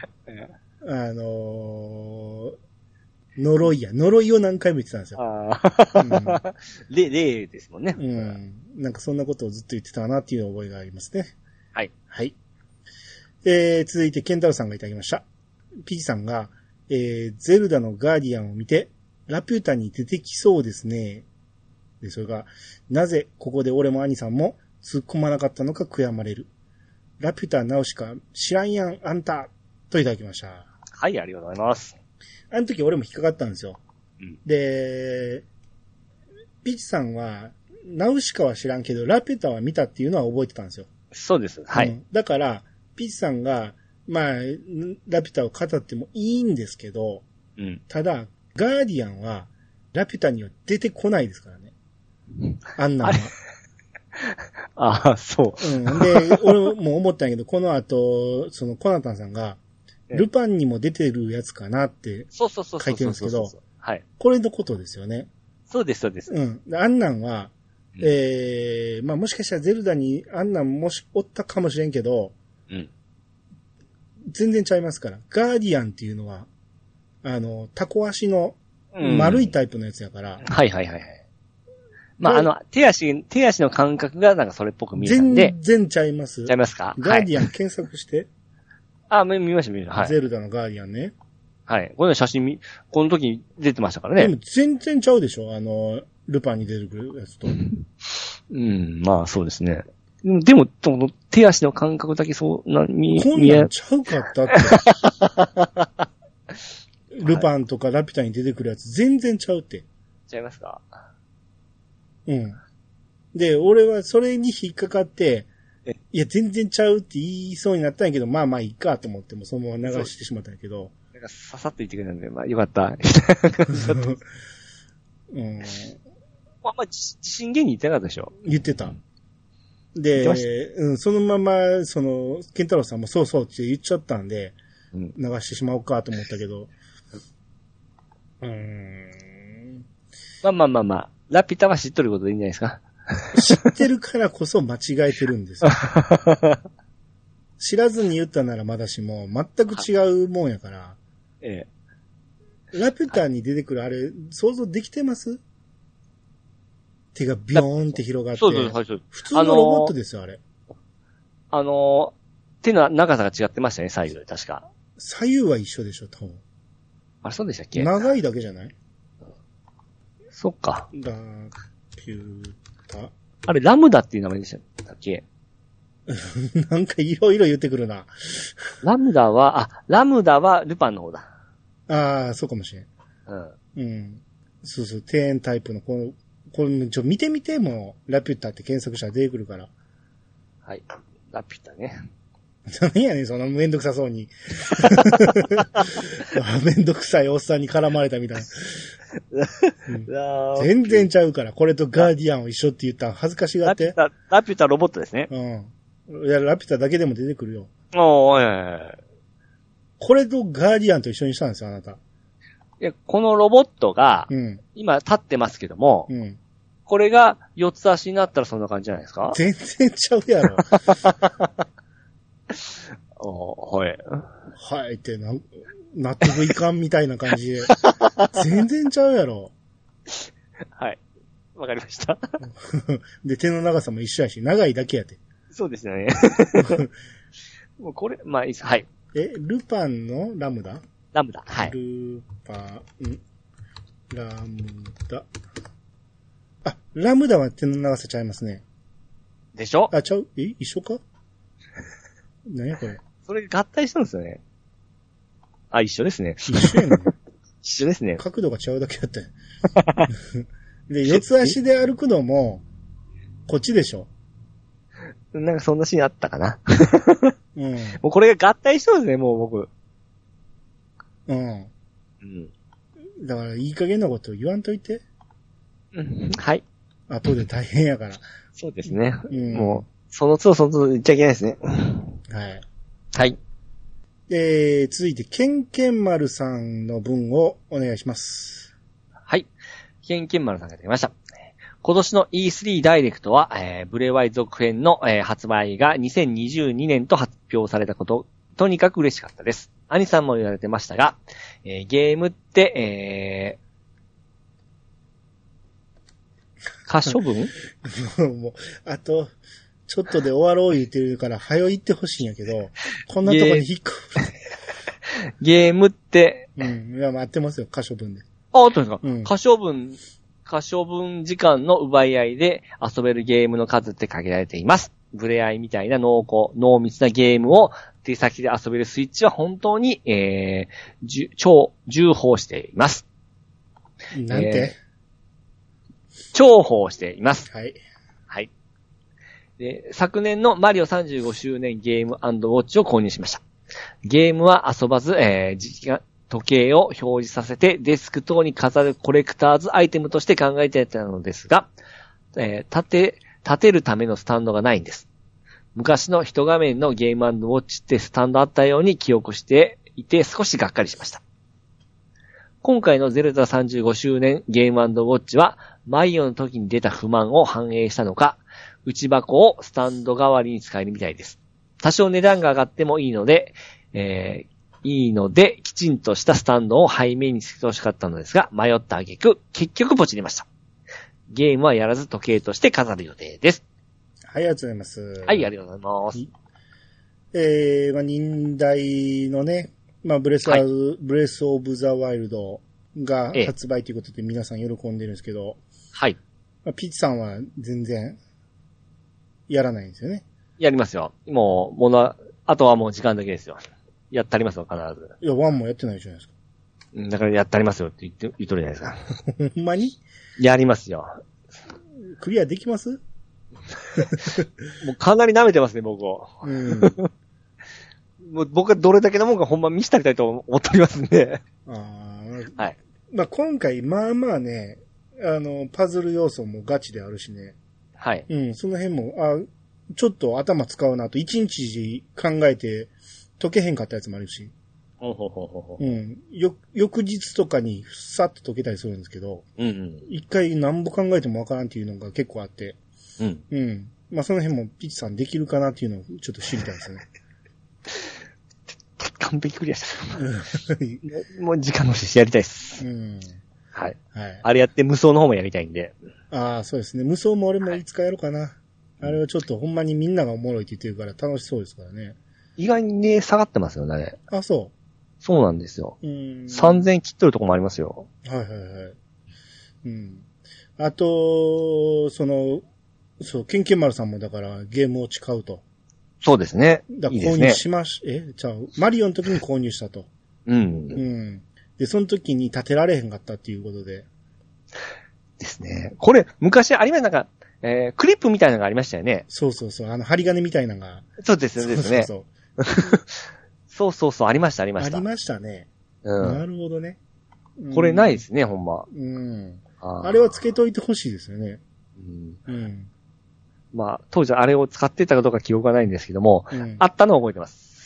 呪いを何回も言ってたんですよ。 例ですもんね。 なんかそんなことをずっと言ってたなっていう覚えがありますね。 はい。 はい。続いてケンタロウさんがいただきました。ピチさんが、ゼルダのガーディアンを見て、ラピュタに出てきそうですね。で、それが、なぜここで俺も兄さんも突っ込まなかったのか悔やまれる。ラピュタナウシカ知らんやんあんたといただきました。 はい、ありがとうございます。 あの時俺も引っかかったんですよ。で、ピチさんはナウシカは知らんけど、ラピュタは見たっていうのは覚えてたんですよ。 そうです。はい。 だから、ピッチさんが、まあ、ラピュタを語ってもいいんですけど、ただ、ガーディアンは、ラピュタには出てこないですからね。あんなんは。 ああ、そう。 で、俺も思ったんやけど、この後、そのコナタンさんが、ルパンにも出てるやつかなって書いてるんですけど、 はい。 これのことですよね。 そうです、そうです。 あんなんは、まあもしかしたらゼルダにあんなんもしおったかもしれんけど、全然ちゃいますから。ガーディアンっていうのは、タコ足の丸いタイプのやつやから。 はいはいはいはい。まあ手足の感覚がなんかそれっぽく見えたんで。 全然ちゃいます。 ちゃいますか？ ガーディアン検索して。 見ました。はい。 ゼルダのガーディアンね。 はい。この写真この時に出てましたからね。 でも全然ちゃうでしょルパンに出てくるやつと。 まあそうですね。でも、手足の感覚だけそうな、 こんなんちゃうかったって。ルパンとかラピュタに出てくるやつ全然ちゃうって。 ちゃいますか？ で、俺はそれに引っかかって、いや、全然ちゃうって言いそうになったんやけど、まあまあいいかと思ってもそのまま流してしまったんやけど。 なんかささっと言ってくれたんで、まあよかった。まあ自信源に言ってなかったでしょ？ 言ってた。で、そのまま、ケンタロウさんもそうそうって言っちゃったんで、流してしまおうかと思ったけど。 まあ。ラピュタは知っとることでいいんじゃないですか？ 知ってるからこそ間違えてるんですよ。知らずに言ったならまだしも、全く違うもんやから。ラピュタに出てくるあれ、想像できてます？手がビヨーンって広がって。そう。普通のロボットですよ、あれ。 手の長さが違ってましたね、左右で、確か。 左右は一緒でしょ、多分。 あれ、そうでしたっけ？ 長いだけじゃない？ そっか。 ラピュタ。 あれ、ラムダっていう名前でしたっけ？ なんかいろいろ言ってくるな。 ラムダはルパンの方だ。 ああ、そうかもしれん。そう、庭園タイプの、これ見てみても、ラピュタって検索したら出てくるから。 はい。ラピュタね。 何やねん、そのめんどくさそうに。めんどくさいおっさんに絡まれたみたいな。全然ちゃうから、これとガーディアンを一緒って言ったら恥ずかしがって。 ラピュタロボットですね。 いや、ラピュタだけでも出てくるよ。 これとガーディアンと一緒にしたんですよ、あなた。 このロボットが、今立ってますけども、これが4つ足になったらそんな感じじゃないですか？ 全然ちゃうやろ。 はい。 はいって納得いかんみたいな感じで。全然ちゃうやろ。 はい。わかりました。 で、手の長さも一緒やし、長いだけやて。 そうですよね。もうこれ、まあいいです。はい。 ルパンのラムダ？ ラムダ。はい。 ルパン、ラムダ。あ、ラムダは手の長さちゃいますね。 でしょ？ ちゃう？一緒か？何やこれ。 それ合体したんですよね。一緒ですね。 一緒やねん。 一緒ですね。 角度が違うだけやったよ。で、四つ足で歩くのも、こっちでしょ。 なんかそんなシーンあったかな。もうこれが合体したんですね、もう僕。だから、いい加減なこと言わんといて。 はい。 後で大変やから。 そうですね。もう、その都度言っちゃいけないですね。 はい。 はい。 続いて、ケンケンマルさんの文をお願いします。 はい。ケンケンマルさんが出ました。今年の E3 ダイレクトは、ブレワイ続編の、発売が2022年と発表されたこと、とにかく嬉しかったです。兄さんも言われてましたが、ゲームって、可処分もう、あと、ちょっとで終わろう言ってるから、早いってほしいんやけど、こんなとこに引っ込む。 ゲームって、 いや、待ってますよ、可処分で。 本当ですか？可処分時間の奪い合いで遊べるゲームの数って限られています。ブレアイみたいな濃密なゲームを手先で遊べるスイッチは本当に、超重宝しています。 なんて、 重宝しています。 はい。 はい。で、昨年のマリオ35周年ゲーム&ウォッチを購入しました。ゲームは遊ばず、時計を表示させてデスク等に飾るコレクターズアイテムとして考えていたのですが、立てるためのスタンドがないんです。昔の一画面のゲーム&ウォッチってスタンドあったように記憶していて少しがっかりしました。今回のゼルダ35周年ゲーム&ウォッチはマリオの時に出た不満を反映したのか、内箱をスタンド代わりに使えるみたいです。多少値段が上がってもいいので、きちんとしたスタンドを背面につけてほしかったのですが、迷った挙句、結局ポチりました。ゲームはやらず時計として飾る予定です。 はい、ありがとうございます。 はい、ありがとうございます。 忍耐のね、ブレスオブザワイルドが発売ということで皆さん喜んでるんですけど、 はい。 ピッチさんは全然やらないんですよね。 やりますよ。もう、あとはもう時間だけですよ。やってありますよ、必ず。 いや、ワンもやってないじゃないですか。 だからやってありますよって言っとるじゃないですか。 ほんまに？ やりますよ。 クリアできます？ もうかなり舐めてますね、僕を。もう僕はどれだけのもんかほんま見せてあげたいと思っておりますんで。はい。 今回、ね、パズル要素もガチであるしね。 はい。 その辺も、ちょっと頭使うなと、一日考えて解けへんかったやつもあるし。翌日とかにさっと解けたりするんですけど、一回何ぼ考えてもわからんっていうのが結構あって、その辺もピッチさんできるかなっていうのをちょっと知りたいですね。 完璧クリアした。もう時間のしやりたいです。はい。あれやって無双の方もやりたいんで。 そうですね。無双も俺もいつかやろうかな。あれはちょっとほんまにみんながおもろいって言ってるから楽しそうですからね。 意外にね、下がってますよね。そうなんですよ。3000切っとるとこもありますよ。 はい。あと、ケンケンマルさんもだからゲームを使うと。 そうですね。 購入しまし、マリオの時に購入したと。で、その時に立てられへんかったっていうことで。 ですね。これ、昔ありました、クリップみたいなのがありましたよね。 そう。針金みたいなのが。 そうですね。そう、ありました。ありましたね。なるほどね。 これないですね、ほんま。 あれはつけといてほしいですよね。 当時あれを使ってたかどうか記憶がないんですけども、あったのを覚えてます。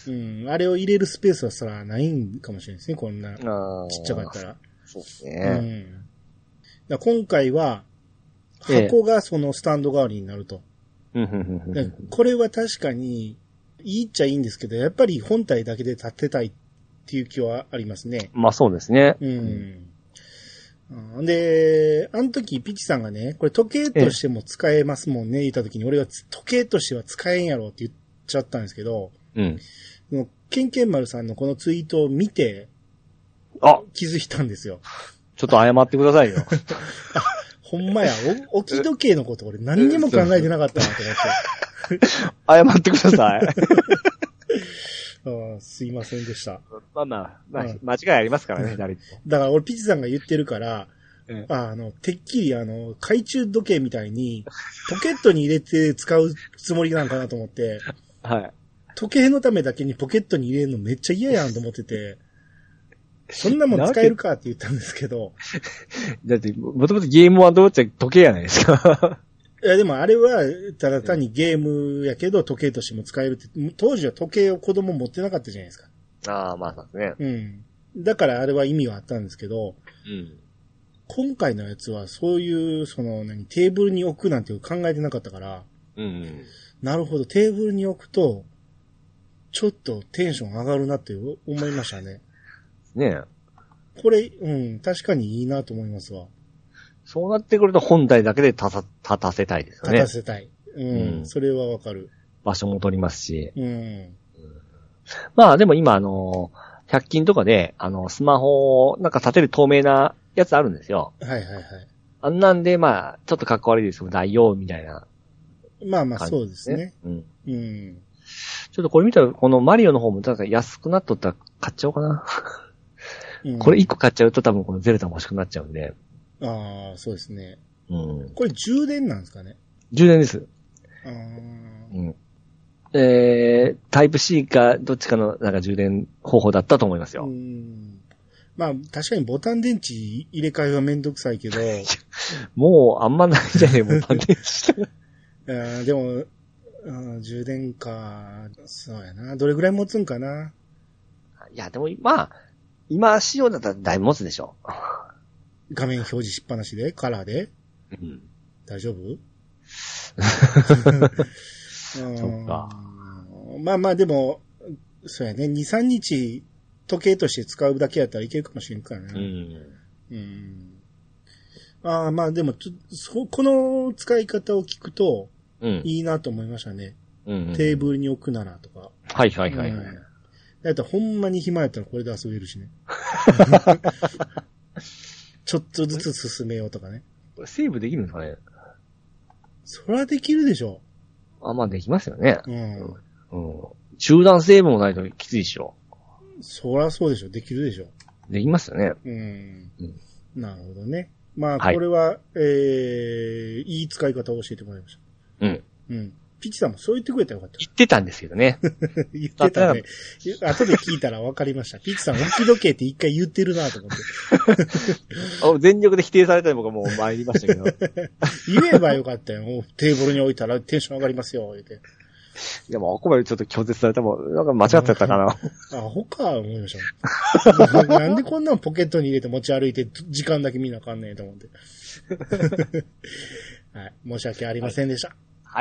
あれを入れるスペースはそらないんかもしれないですね、こんな。ちっちゃかったら。 そうですね。 今回は、箱がそのスタンド代わりになると。これは確かに、いいっちゃいいんですけど、やっぱり本体だけで立てたいっていう気はありますね。 そうですね。 で、あの時ピチさんがね、これ時計としても使えますもんね、言った時に俺は時計としては使えんやろって言っちゃったんですけど、ケンケンマルさんのこのツイートを見て、気づいたんですよ。 ちょっと謝ってくださいよ。 ほんまや、置き時計のこと俺何にも考えてなかったなと思って。 謝ってください。 すいませんでした。 間違いありますからね、誰と。 だから俺ピチさんが言ってるから、てっきり懐中時計みたいに、ポケットに入れて使うつもりなんかなと思って、時計のためだけにポケットに入れるのめっちゃ嫌やんと思ってて、そんなもん使えるかって言ったんですけど。 だって、もともとゲームはどうって時計やないですか。 いや、でもあれは、ただ単にゲームやけど時計としても使えるって、当時は時計を子供持ってなかったじゃないですか。 そうですね。 だからあれは意味はあったんですけど、今回のやつはそういう、テーブルに置くなんて考えてなかったから、なるほど、テーブルに置くと、ちょっとテンション上がるなって思いましたね。これ、確かにいいなと思いますわ。 そうなってくると本体だけで立たせたいですよね。 立たせたい。それはわかる。 場所も取りますし。でも今100均とかで、スマホを立てる透明なやつあるんですよ。あんなんで、ちょっとかっこ悪いですけど、代用みたいな。 そうですね。 ちょっとこれ見たら、このマリオの方も安くなっとったら買っちゃおうかな。これ1個買っちゃうと多分このゼルダも欲しくなっちゃうんで。 そうですね。 うん。 これ充電なんですかね？ 充電です。 うん。 タイプ C かどっちかのなんか充電方法だったと思いますよ。 まあ確かにボタン電池入れ替えはめんどくさいけど。 もうあんまないじゃねえ、ボタン電池。でも、充電か。そうやな。どれぐらい持つんかな。 いや、でもまあ、今仕様だったらだいぶ持つでしょ。 画面表示しっぱなしでカラーで、 うん、 大丈夫そうか。 まあまあでも、そうやね。2、3日時計として使うだけやったらいけるかもしれんからね。まあでもこの使い方を聞くと、いいなと思いましたね。テーブルに置くならとか。 はいはいはい。 だってほんまに暇やったらこれで遊べるしね。ちょっとずつ進めようとかね。 セーブできるんですかね？ それはできるでしょ。 まあできますよね。中断セーブもないときついでしょ。 そりゃそうでしょ。できるでしょ。 できますよね。 なるほどね。まあ、これは、いい使い方を教えてもらいました。ピッチさんもそう言ってくれたらよかった。 言ってたんですけどね。 言ってたね。後で聞いたら分かりました。ピッチさん、置き時計って一回言ってるなと思って。全力で否定されたり僕はもう参りましたけど。 言えばよかったよ。テーブルに置いたらテンション上がりますよ、言って。 いや、もう、ここまでちょっと拒絶されても、なんか間違ってたかな。 アホか、思いました。なんでこんなんポケットに入れて持ち歩いて、時間だけ見なあかんねえと思って。はい。申し訳ありませんでした。 はい。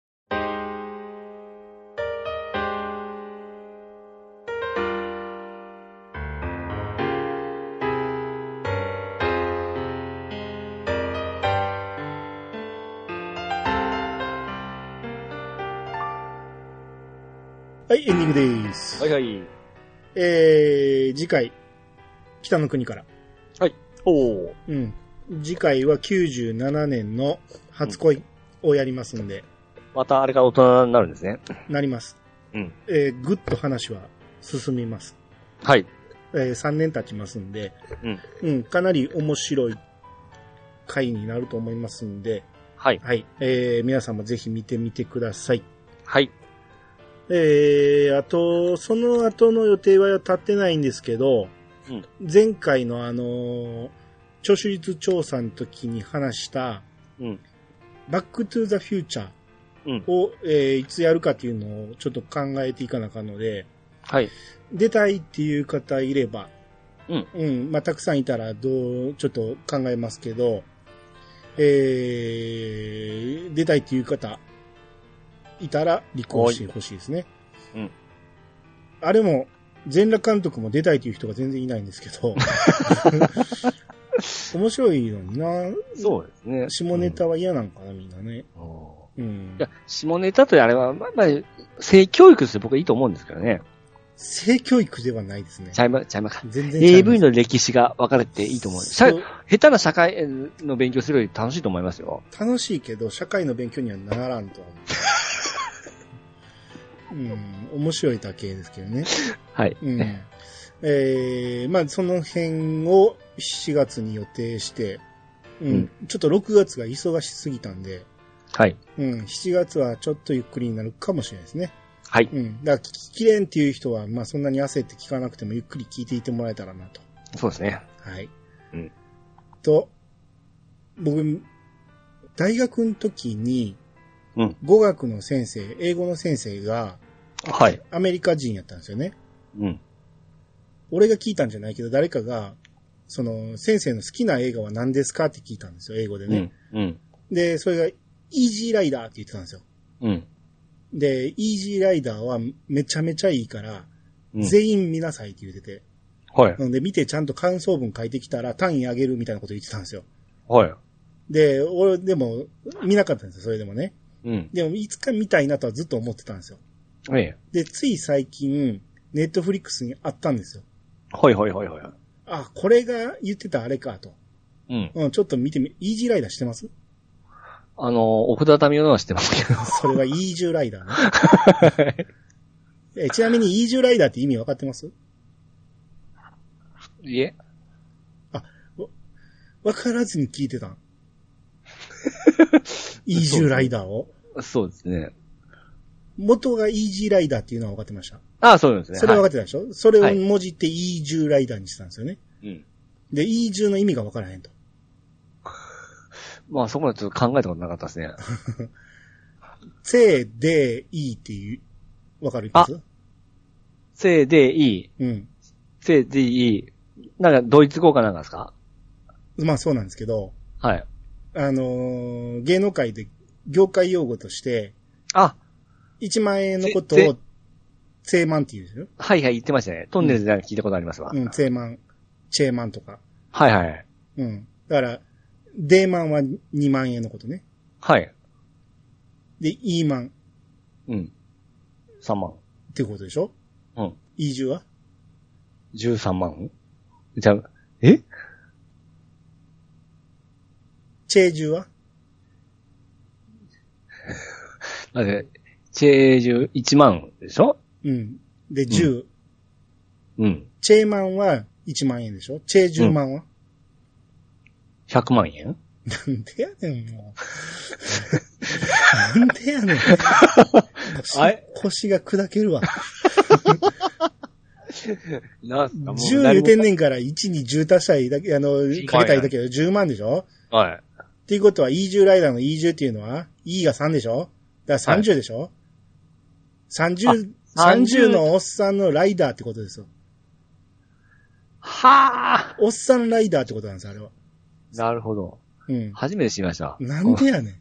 はい、エンディングです。 はいはい。 次回、北の国から。 はい。 次回は97年の初恋をやりますんで。 またあれが大人になるんですね。 なります。ぐっと話は進みます。 はい。 3年経ちますんで、かなり面白い回になると思いますんで、 はい。 はい。皆さんもぜひ見てみてください。 はい。 あと、その後の予定は立ってないんですけど、前回の聴取率調査の時に話した、バックトゥーザフューチャーを、いつやるかっていうのをちょっと考えていかなあかんので、 はい。 出たいっていう方いれば、まあ、たくさんいたらちょっと考えますけど、出たいっていう方、いたら立候補してほしいですね。あれも、全裸監督も出たいという人が全然いないんですけど、面白いのにな。 そうですね。 下ネタは嫌なんかな、みんなね。 いや、下ネタというあれは、まあ、性教育として僕はいいと思うんですけどね。 性教育ではないですね。 ちゃいまか。 全然ちゃいます。 AV の歴史が分かれていいと思う。下手な社会の勉強するより楽しいと思いますよ。 楽しいけど、社会の勉強にはならんとは思う。面白いだけですけどね。 はい。 まあ、その辺を7月に予定して、ちょっと6月が忙しすぎたんで、 はい。 7月はちょっとゆっくりになるかもしれないですね。 はい。 だから聞ききれんっていう人は、まあ、そんなに焦って聞かなくてもゆっくり聞いていてもらえたらなと。 そうですね。 はい。僕、大学の時に、語学の先生、英語の先生が、 はい。 アメリカ人やったんですよね。俺が聞いたんじゃないけど、誰かが、その、先生の好きな映画は何ですかって聞いたんですよ、英語でね。で、それが、イージーライダーって言ってたんですよ。で、イージーライダーはめちゃめちゃいいから、全員見なさいって言ってて。 はい。 なので、見てちゃんと感想文書いてきたら単位あげるみたいなこと言ってたんですよ。 はい。 で、俺、でも、見なかったんですよ、それでもね。でも、いつか見たいなとはずっと思ってたんですよ。で、つい最近、ネットフリックスにあったんですよ。 はい。 あ、これが言ってたあれかと。ちょっと見てみ、イージーライダーしてます？ 奥田民生のは知ってますけど。 それはイージューライダーね。ちなみにイージューライダーって意味わかってます？ いえ。 あ、わからずに聞いてたん。 イージューライダーを。 そうですね。 元がイージーライダーっていうのは分かってました。 ああ、そうですね。 それは分かってたでしょ、はい、それをもじってイージューライダーにしたんですよね。 うん。 で、イージューの意味が分からへんと。 まあそこまでちょっと考えたことなかったですね。 せーでいいっていう、分かります？ せーでいい。 うん。 せーでいい。なんかドイツ語かなんかですか？ まあそうなんですけど。 はい。 芸能界で業界用語として、1万円のことを、チェーマンって言うんですよ。 はいはい、言ってましたね。トンネルで聞いたことありますわ。 うん、チェーマン、チェーマンとか。 はいはい。 うん。だから、デーマンは2万円のことね。 はい。 で、イーマン。 うん。3万。 ってことでしょ？ うん。 イージュは ?13 万？じゃあ、え？ チェージュはだって、チェージュ1万でしょ？ うん。で、10。 うん。 チェーマンは1万円でしょ？チェージュマンは、 100万円？ なんでやねん、もう。なんでやねん。腰が砕けるわ。10言うてんねんから1に10足したいだけ、かけたいだけど10万でしょ？ はい。 っていうことは、イージューライダーのイージューっていうのは、E が3でしょ？だから30でしょ？ 30のおっさんのライダーってことですよ。 はぁー。 おっさんライダーってことなんです、あれは。 なるほど。 うん。 初めて知りました。 なんでやねん。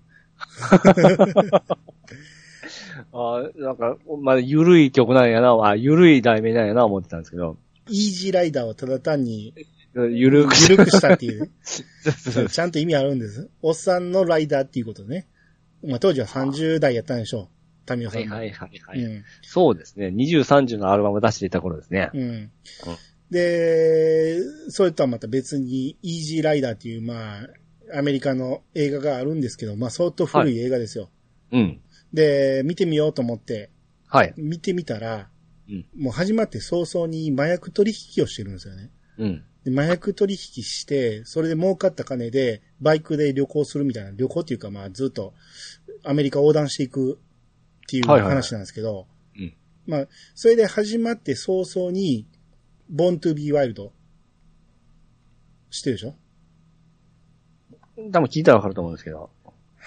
なんか、まあ、ゆるい曲なんやな、ゆるい題名なんやな、思ってたんですけど。 イージーライダーをただ単に、 ゆるくしたっていう、ねちゃんと意味あるんです。おっさんのライダーっていうことね。まあ、当時は30代やったんでしょう。タミオさんも。 はいはいはい、はい、うん。そうですね。20、30のアルバム出していた頃ですね。 うん。で、それとはまた別に、イージーライダーっていう、まあ、アメリカの映画があるんですけど、まあ、相当古い映画ですよ。 はい、うん。 で、見てみようと思って、 はい。 見てみたら、 うん、 もう始まって早々に麻薬取引をしてるんですよね。 うん。 で麻薬取引して、それで儲かった金で、バイクで旅行するみたいな、旅行っていうかまあずっとアメリカ横断していくっていう話なんですけど、 うん。 まあ、それで始まって早々に、ボーントゥービーワイルド。知ってるでしょ？ 多分聞いたらわかると思うんですけど。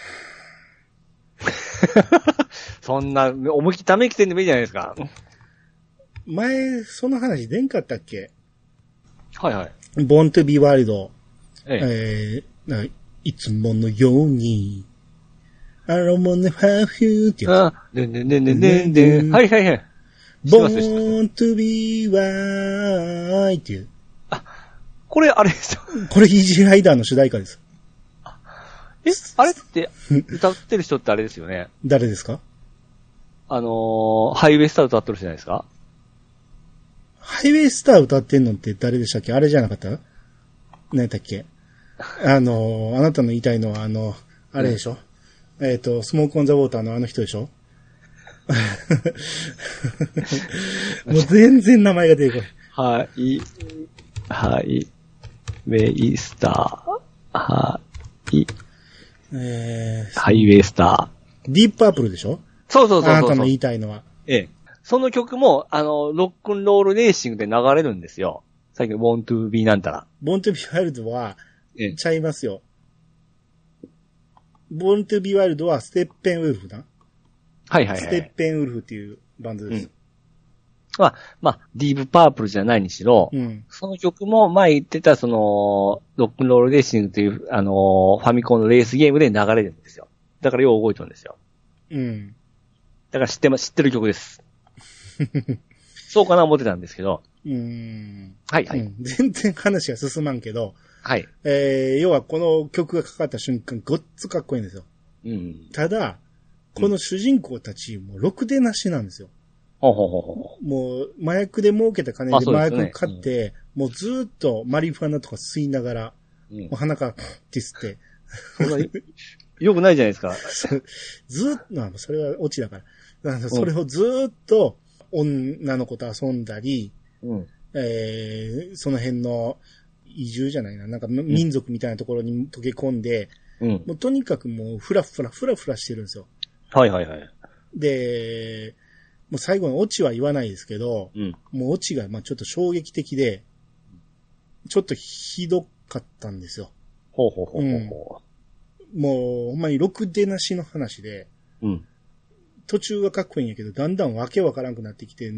そんな、思いっきりため息せんでもいいじゃないですか。 前、その話出んかったっけ？ はいはい。 ボーントゥービーワイルド。いつものように、I don't wanna have you ってやつ。 はいはいはい。 born to be wild っていう。 あ、これあれですよ。 これイージーライダーの主題歌です。 あれって歌ってる人ってあれですよね。 誰ですか？ ハイウェイスター歌ってる人じゃないですか？ ハイウェイスター歌ってんのって誰でしたっけ？あれじゃなかった？何だっけ？あなたの言いたいのはあれでしょ？スモークオンザウォーターのあの人でしょ？もう全然名前が出てこない。ハイウェイスター。ハイウェイスター。ディープパープルでしょ？ そう。あなたの言いたいのは。 ええ。その曲も、ロックンロールレーシングで流れるんですよ。さっきの Want to be なんたら。 Want to be wild は、ちゃいますよ。Want to be wild はステッペンウルフだ。 はい。 ステッペンウルフっていうバンドです。 まあ、ディープパープルじゃないにしろ、その曲も前言ってたロックンロールレーシングという、ファミコンのレースゲームで流れるんですよ。だからよう覚えてるんですよ。だから知ってる曲です。そうかな思ってたんですけど。はい。 全然話が進まんけど。 はい。 要はこの曲がかかった瞬間、ごっつかっこいいんですよ。ただ、この主人公たちもろくでなしなんですよ。もう、麻薬で儲けた金で麻薬買って、もうずーっとマリファナとか吸いながら、もう鼻からって吸って。 そんなに、よくないじゃないですか。 ずーっと、それはオチだから。それをずーっと女の子と遊んだり、その辺の移住じゃないな、なんか民族みたいなところに溶け込んで、 うん。 もうとにかくもうフラフラしてるんですよ。 はいはいはい。 で、もう最後のオチは言わないですけど、 うん。 もうオチがまあちょっと衝撃的で、ちょっとひどかったんですよ。 ほうほうほうほうほう。もうほんまにろくでなしの話で、 うん。 途中はかっこいいんやけど、だんだんわけわからんくなってきて、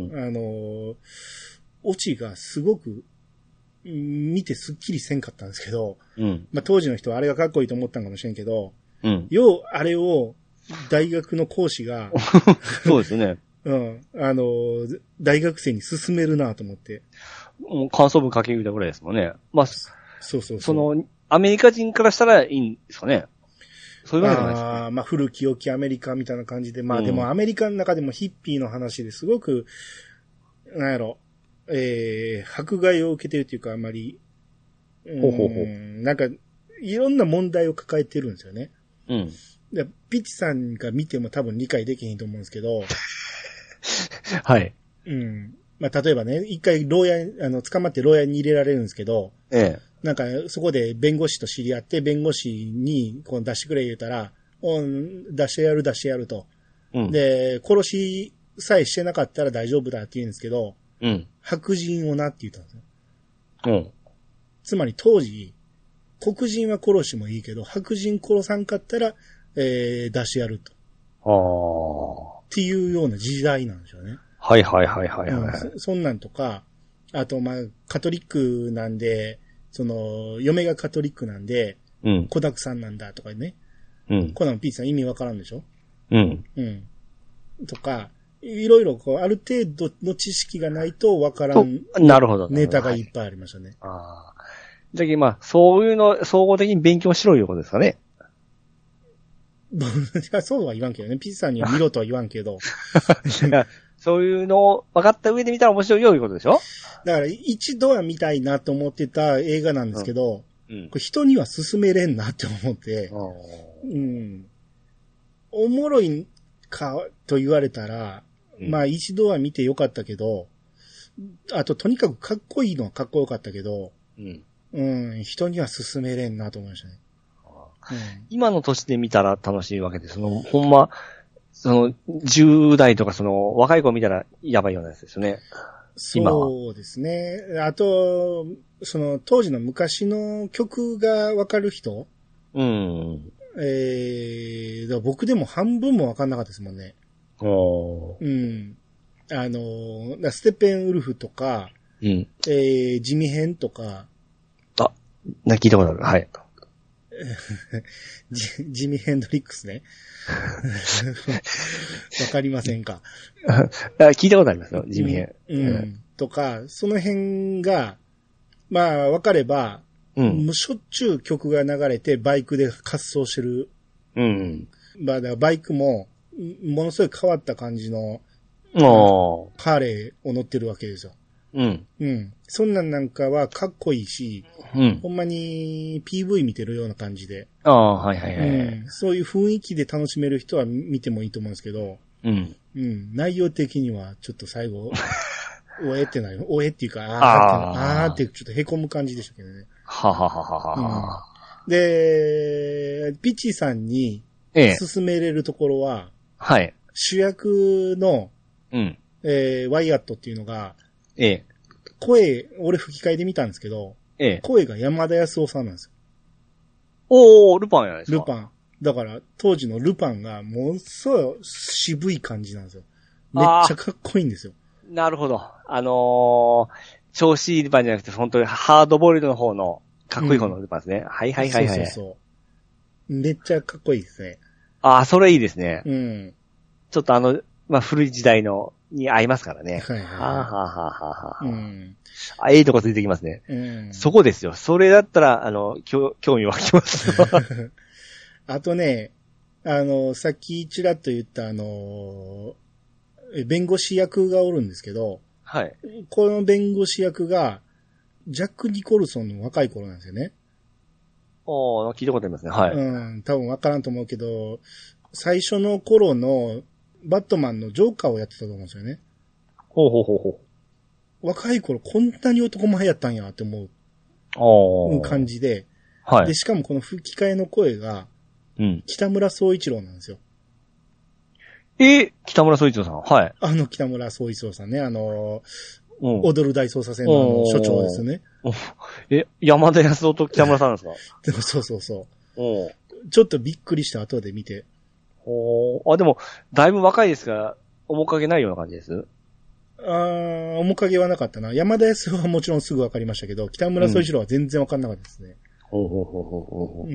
オチがすごく、見てスッキリせんかったんですけど、 うん。 まあ当時の人はあれがかっこいいと思ったんかもしれんけど、 うん。 ようあれを大学の講師が、 そうですね。 うん、大学生に勧めるなと思って。 もう感想文書き入れたぐらいですもんね。まあ、 そう。 その、アメリカ人からしたらいいんですかね。そういうわけじゃないですか、ね。 まあ古き良きアメリカみたいな感じで、まあでもアメリカの中でもヒッピーの話ですごく、なんやろ、迫害を受けてるというかあまり、なんか、いろんな問題を抱えてるんですよね。 うん。 でピッチさんが見ても多分理解できへんと思うんですけど、 はい。 うん。まあ例えばね、一回牢屋、捕まって牢屋に入れられるんですけど、なんか、そこで弁護士と知り合って、弁護士に、こう出してくれ言うたら、出してやると。 うん、 で、殺しさえしてなかったら大丈夫だって言うんですけど、 うん、 白人をなって言ったんですよ。 うん。 つまり当時、黒人は殺してもいいけど、白人殺さんかったら、出してやると。っていうような時代なんですよね。 はい。 そんなんとか、あと、まあ、カトリックなんで、嫁がカトリックなんで、子だくさんなんだとかね。こんなのピーチさん意味わからんでしょ？とか、いろいろある程度の知識がないとわからん。 なるほど。 ネタがいっぱいありましたね。 じゃあ、まあ、そういうの、総合的に勉強しろいうことですかね。 そうは言わんけどね。ピーチさんには見ろとは言わんけど。 そういうのを分かった上で見たら面白いよいうことでしょ？ だから一度は見たいなと思ってた映画なんですけど、これ人には勧めれんなって思って、おもろいかと言われたら、まあ一度は見てよかったけど、あととにかくかっこいいのはかっこよかったけど、人には勧めれんなと思いましたね。 今の年で見たら楽しいわけで、ほんま、10代とか若い子見たらやばいようなやつですよね。 そうですね。あと、当時の昔の曲がわかる人？僕でも半分もわかんなかったですもんね。ステッペンウルフとか、ジミヘンとか。 聞いたことある。はい。 ジミヘンドリックスね。わかりませんか？ 聞いたことありますよ、ジミヘン。とか、その辺が、まあ、わかれば、もうしょっちゅう曲が流れてバイクで滑走してる。まあ、だからバイクも、ものすごい変わった感じの、ハーレーを乗ってるわけですよ。そんなんかはかっこいいし、ほんまに PV 見てるような感じで。 そういう雰囲気で楽しめる人は見てもいいと思うんですけど、内容的にはちょっと最後、おえっていうか、ってちょっと凹む感じでしたけどね。で、ピッチーさんに進めれるところは、主役の、ワイアットっていうのが、俺吹き替えで見たんですけど、声が山田康夫さんなんですよ。ルパンやないですか。 ルパン。だから、当時のルパンがものすごい渋い感じなんですよ。めっちゃかっこいいんですよ。 なるほど。調子いいルパンじゃなくて、本当にハードボイルドの方の、かっこいい方のルパンですね。そう。 めっちゃかっこいいですね。 それいいですね。ちょっと古い時代の、に合いますからね。いいとこついてきますね。そこですよ。それだったら、興味湧きます。 あとね、さっきちらっと言った弁護士役がおるんですけど、この弁護士役が、ジャック・ニコルソンの若い頃なんですよね。 聞いたことありますね。 多分わからんと思うけど、最初の頃の、バットマンのジョーカーをやってたと思うんですよね。若い頃こんなに男前やったんやって思う感じで、 はい。 で、しかもこの吹き替えの声が、 うん。 北村総一郎なんですよ。 北村総一郎さん。はい。 北村総一郎さんね、 踊る大捜査線の所長ですね。 山田康夫と北村さんなんですか？ そうそうそう。ちょっとびっくりした後で見て。 でも、だいぶ若いですが、面影ないような感じです？ 面影はなかったな。山田康夫はもちろんすぐ分かりましたけど、北村総一郎は全然分かんなかったですね。うん。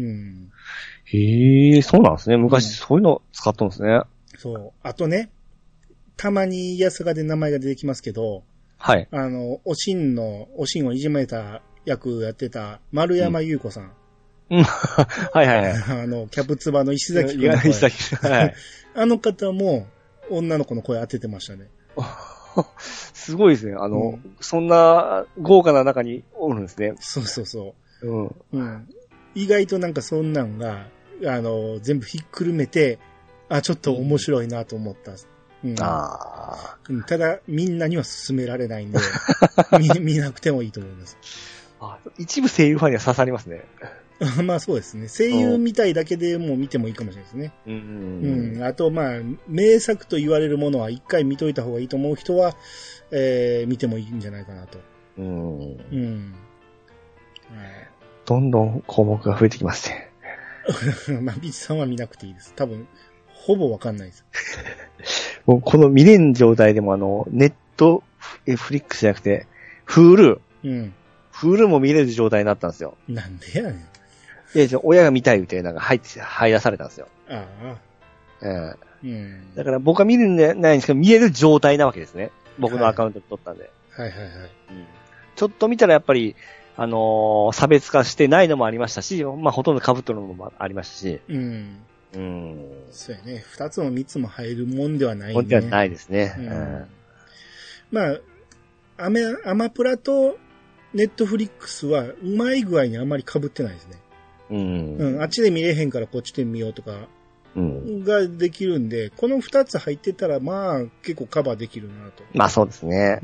へえ、そうなんですね。昔そういうの使ったんですね。 そう。あとね、たまにイヤサガで名前が出てきますけど、 はい。 おしんをいじめた役やってた丸山優子さん。 はいはいはい。 キャプツバの石崎君の声。 はい。 あの方も女の子の声当ててましたね。 すごいですね。そんな豪華な中におるんですね。 そうそうそう。意外となんかそんなんが、全部ひっくるめて、ちょっと面白いなと思った。ただ、みんなには勧められないんで、見なくてもいいと思います。 一部声優ファンには刺さりますね。 まあそうですね。声優みたいだけでも見てもいいかもしれないですね。あと、名作と言われるものは一回見といた方がいいと思う人は、見てもいいんじゃないかなと。 どんどん項目が増えてきますね。 ビチさんは見なくていいです。多分、ほぼわかんないです。 もうこの見れん状態でもネットフリックスじゃなくて、フール。フールも見れる状態になったんですよ。 なんでやねん。 親が見たいみたいなのが入り出されたんですよ。だから僕は見るんじゃないんですけど、見れる状態なわけですね。僕のアカウントで撮ったんで。ちょっと見たらやっぱり、差別化してないのもありましたし、ほとんど被ってるのもありましたし。 そうやね。二つも三つも入るもんではないね。 もんではないですね。 アマプラとネットフリックスはうまい具合にあまり被ってないですね。あっちで見れへんからこっちで見ようとか、ができるんで、この二つ入ってたら結構カバーできるなと。 そうですね。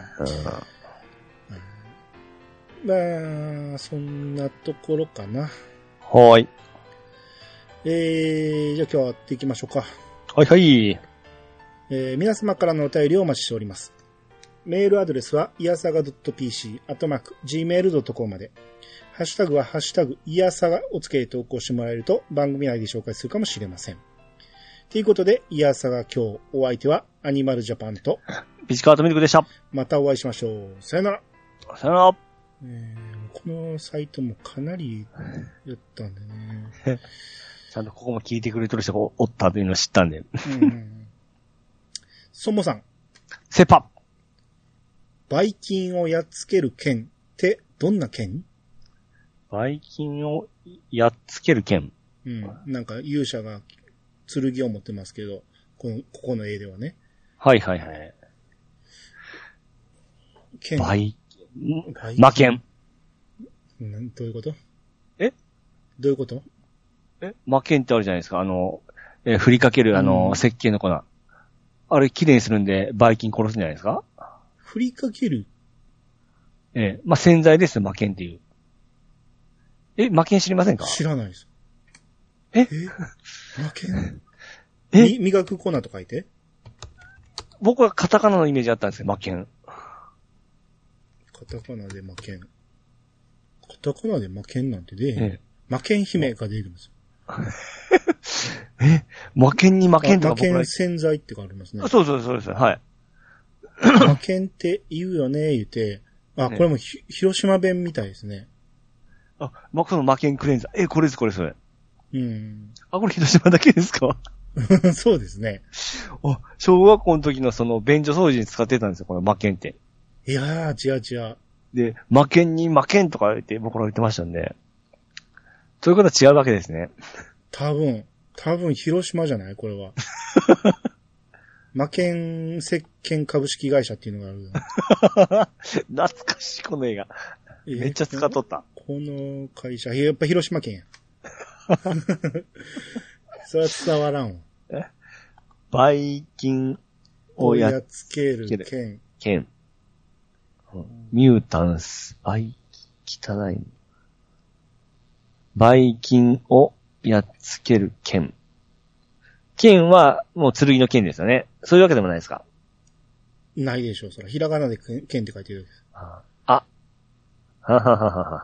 そんなところかな。 はい。 じゃあ今日はやっていきましょうか。 はいはい。 皆様からのお便りをお待ちしております。メールアドレスは、いやさが .pc@gmail.com まで。ハッシュタグは、ハッシュタグ、いやさがをつけて投稿してもらえると、番組内で紹介するかもしれません。ということで、いやさが今日、お相手は、アニマルジャパンと、 ピチカートミルクでした。 またお会いしましょう。さよなら。 さよなら。 このサイトもかなりやったんでね。 ちゃんとここも聞いてくれてる人がおったというのを知ったんで。 そもさん。 セパ。 バイキンをやっつける剣ってどんな剣？ バイキンをやっつける剣。 なんか勇者が剣を持ってますけど、ここの絵ではね。 はいはいはい。 剣。 魔剣。 どういうこと？どういうこと？ 魔剣ってあるじゃないですか。振りかける石鹸の粉。あれ綺麗にするんで、バイキン殺すんじゃないですか？ 振りかける？ 洗剤です魔剣っていう。魔剣知りませんか？ 知らないです。魔剣？磨く粉と書いて？ 僕はカタカナのイメージあったんですよ、魔剣。 カタカナで魔剣。カタカナで魔剣なんて出えへん。魔剣姫が出るんですよ。 魔剣に魔剣とか魔剣洗剤って書いてありますね。 そうです。はい。 魔剣って言うよね、言うて。これも広島弁みたいですね。 この魔剣クレンザー。これです、これ、それ。 これ広島だけですか？ そうですね。 小学校の時の便所掃除に使ってたんですよ、この魔剣って。 いやー、違う。 で、魔剣に魔剣とか言って僕ら言ってましたんで。そういうことは違うわけですね。 多分広島じゃないこれは。魔剣石鹸株式会社っていうのがある。 懐かしい、この映画。めっちゃ使っとった。 この会社、やっぱ広島県や。それは伝わらんわ。 バイキンをやっつける剣。 ミュータンス、汚い。 ばい菌をやっつける剣。剣はもう剣の剣ですよね。そういうわけでもないですか？ ないでしょう、それ。ひらがなで剣って書いてる。 あ。はははは。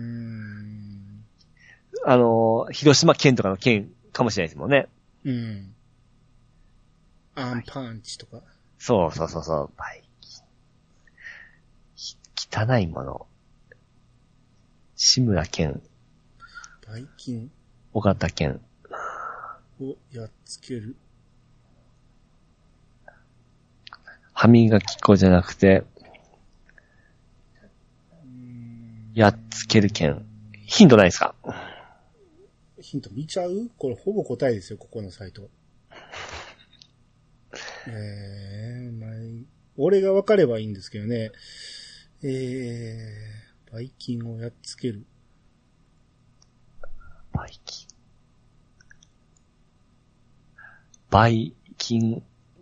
広島県とかの県かもしれないですもんね。 うん。アンパンチとか。 そう。バイキン。汚いもの。志村けん。 バイキン。 尾形けん。 をやっつける。 歯磨き粉じゃなくて、やっつけるけん。ヒントないですか？ ヒント見ちゃう？これほぼ答えですよ、ここのサイト。俺が分かればいいんですけどね。バイキンをやっつける。 バイキン。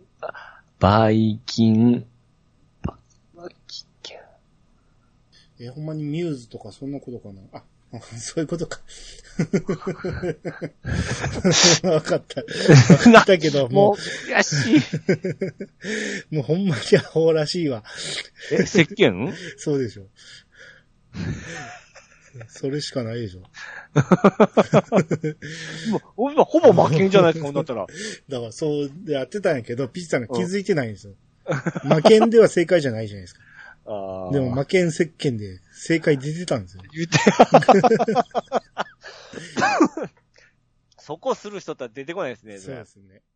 ほんまにミューズとかそんなことかな。あ、そういうことか。わかった。わかったけど、もう、悔しい。もうほんまにアホらしいわ。 石鹸？ そうでしょ。それしかないでしょ。 もう今ほぼ負けんじゃないですか、ほんだったら。 だからそうやってたんやけど、ピッチさんが気づいてないんですよ。負けんでは正解じゃないじゃないですか。でも負けん石鹸で正解出てたんですよ。言ってそこする人って出てこないですね。 そうですね。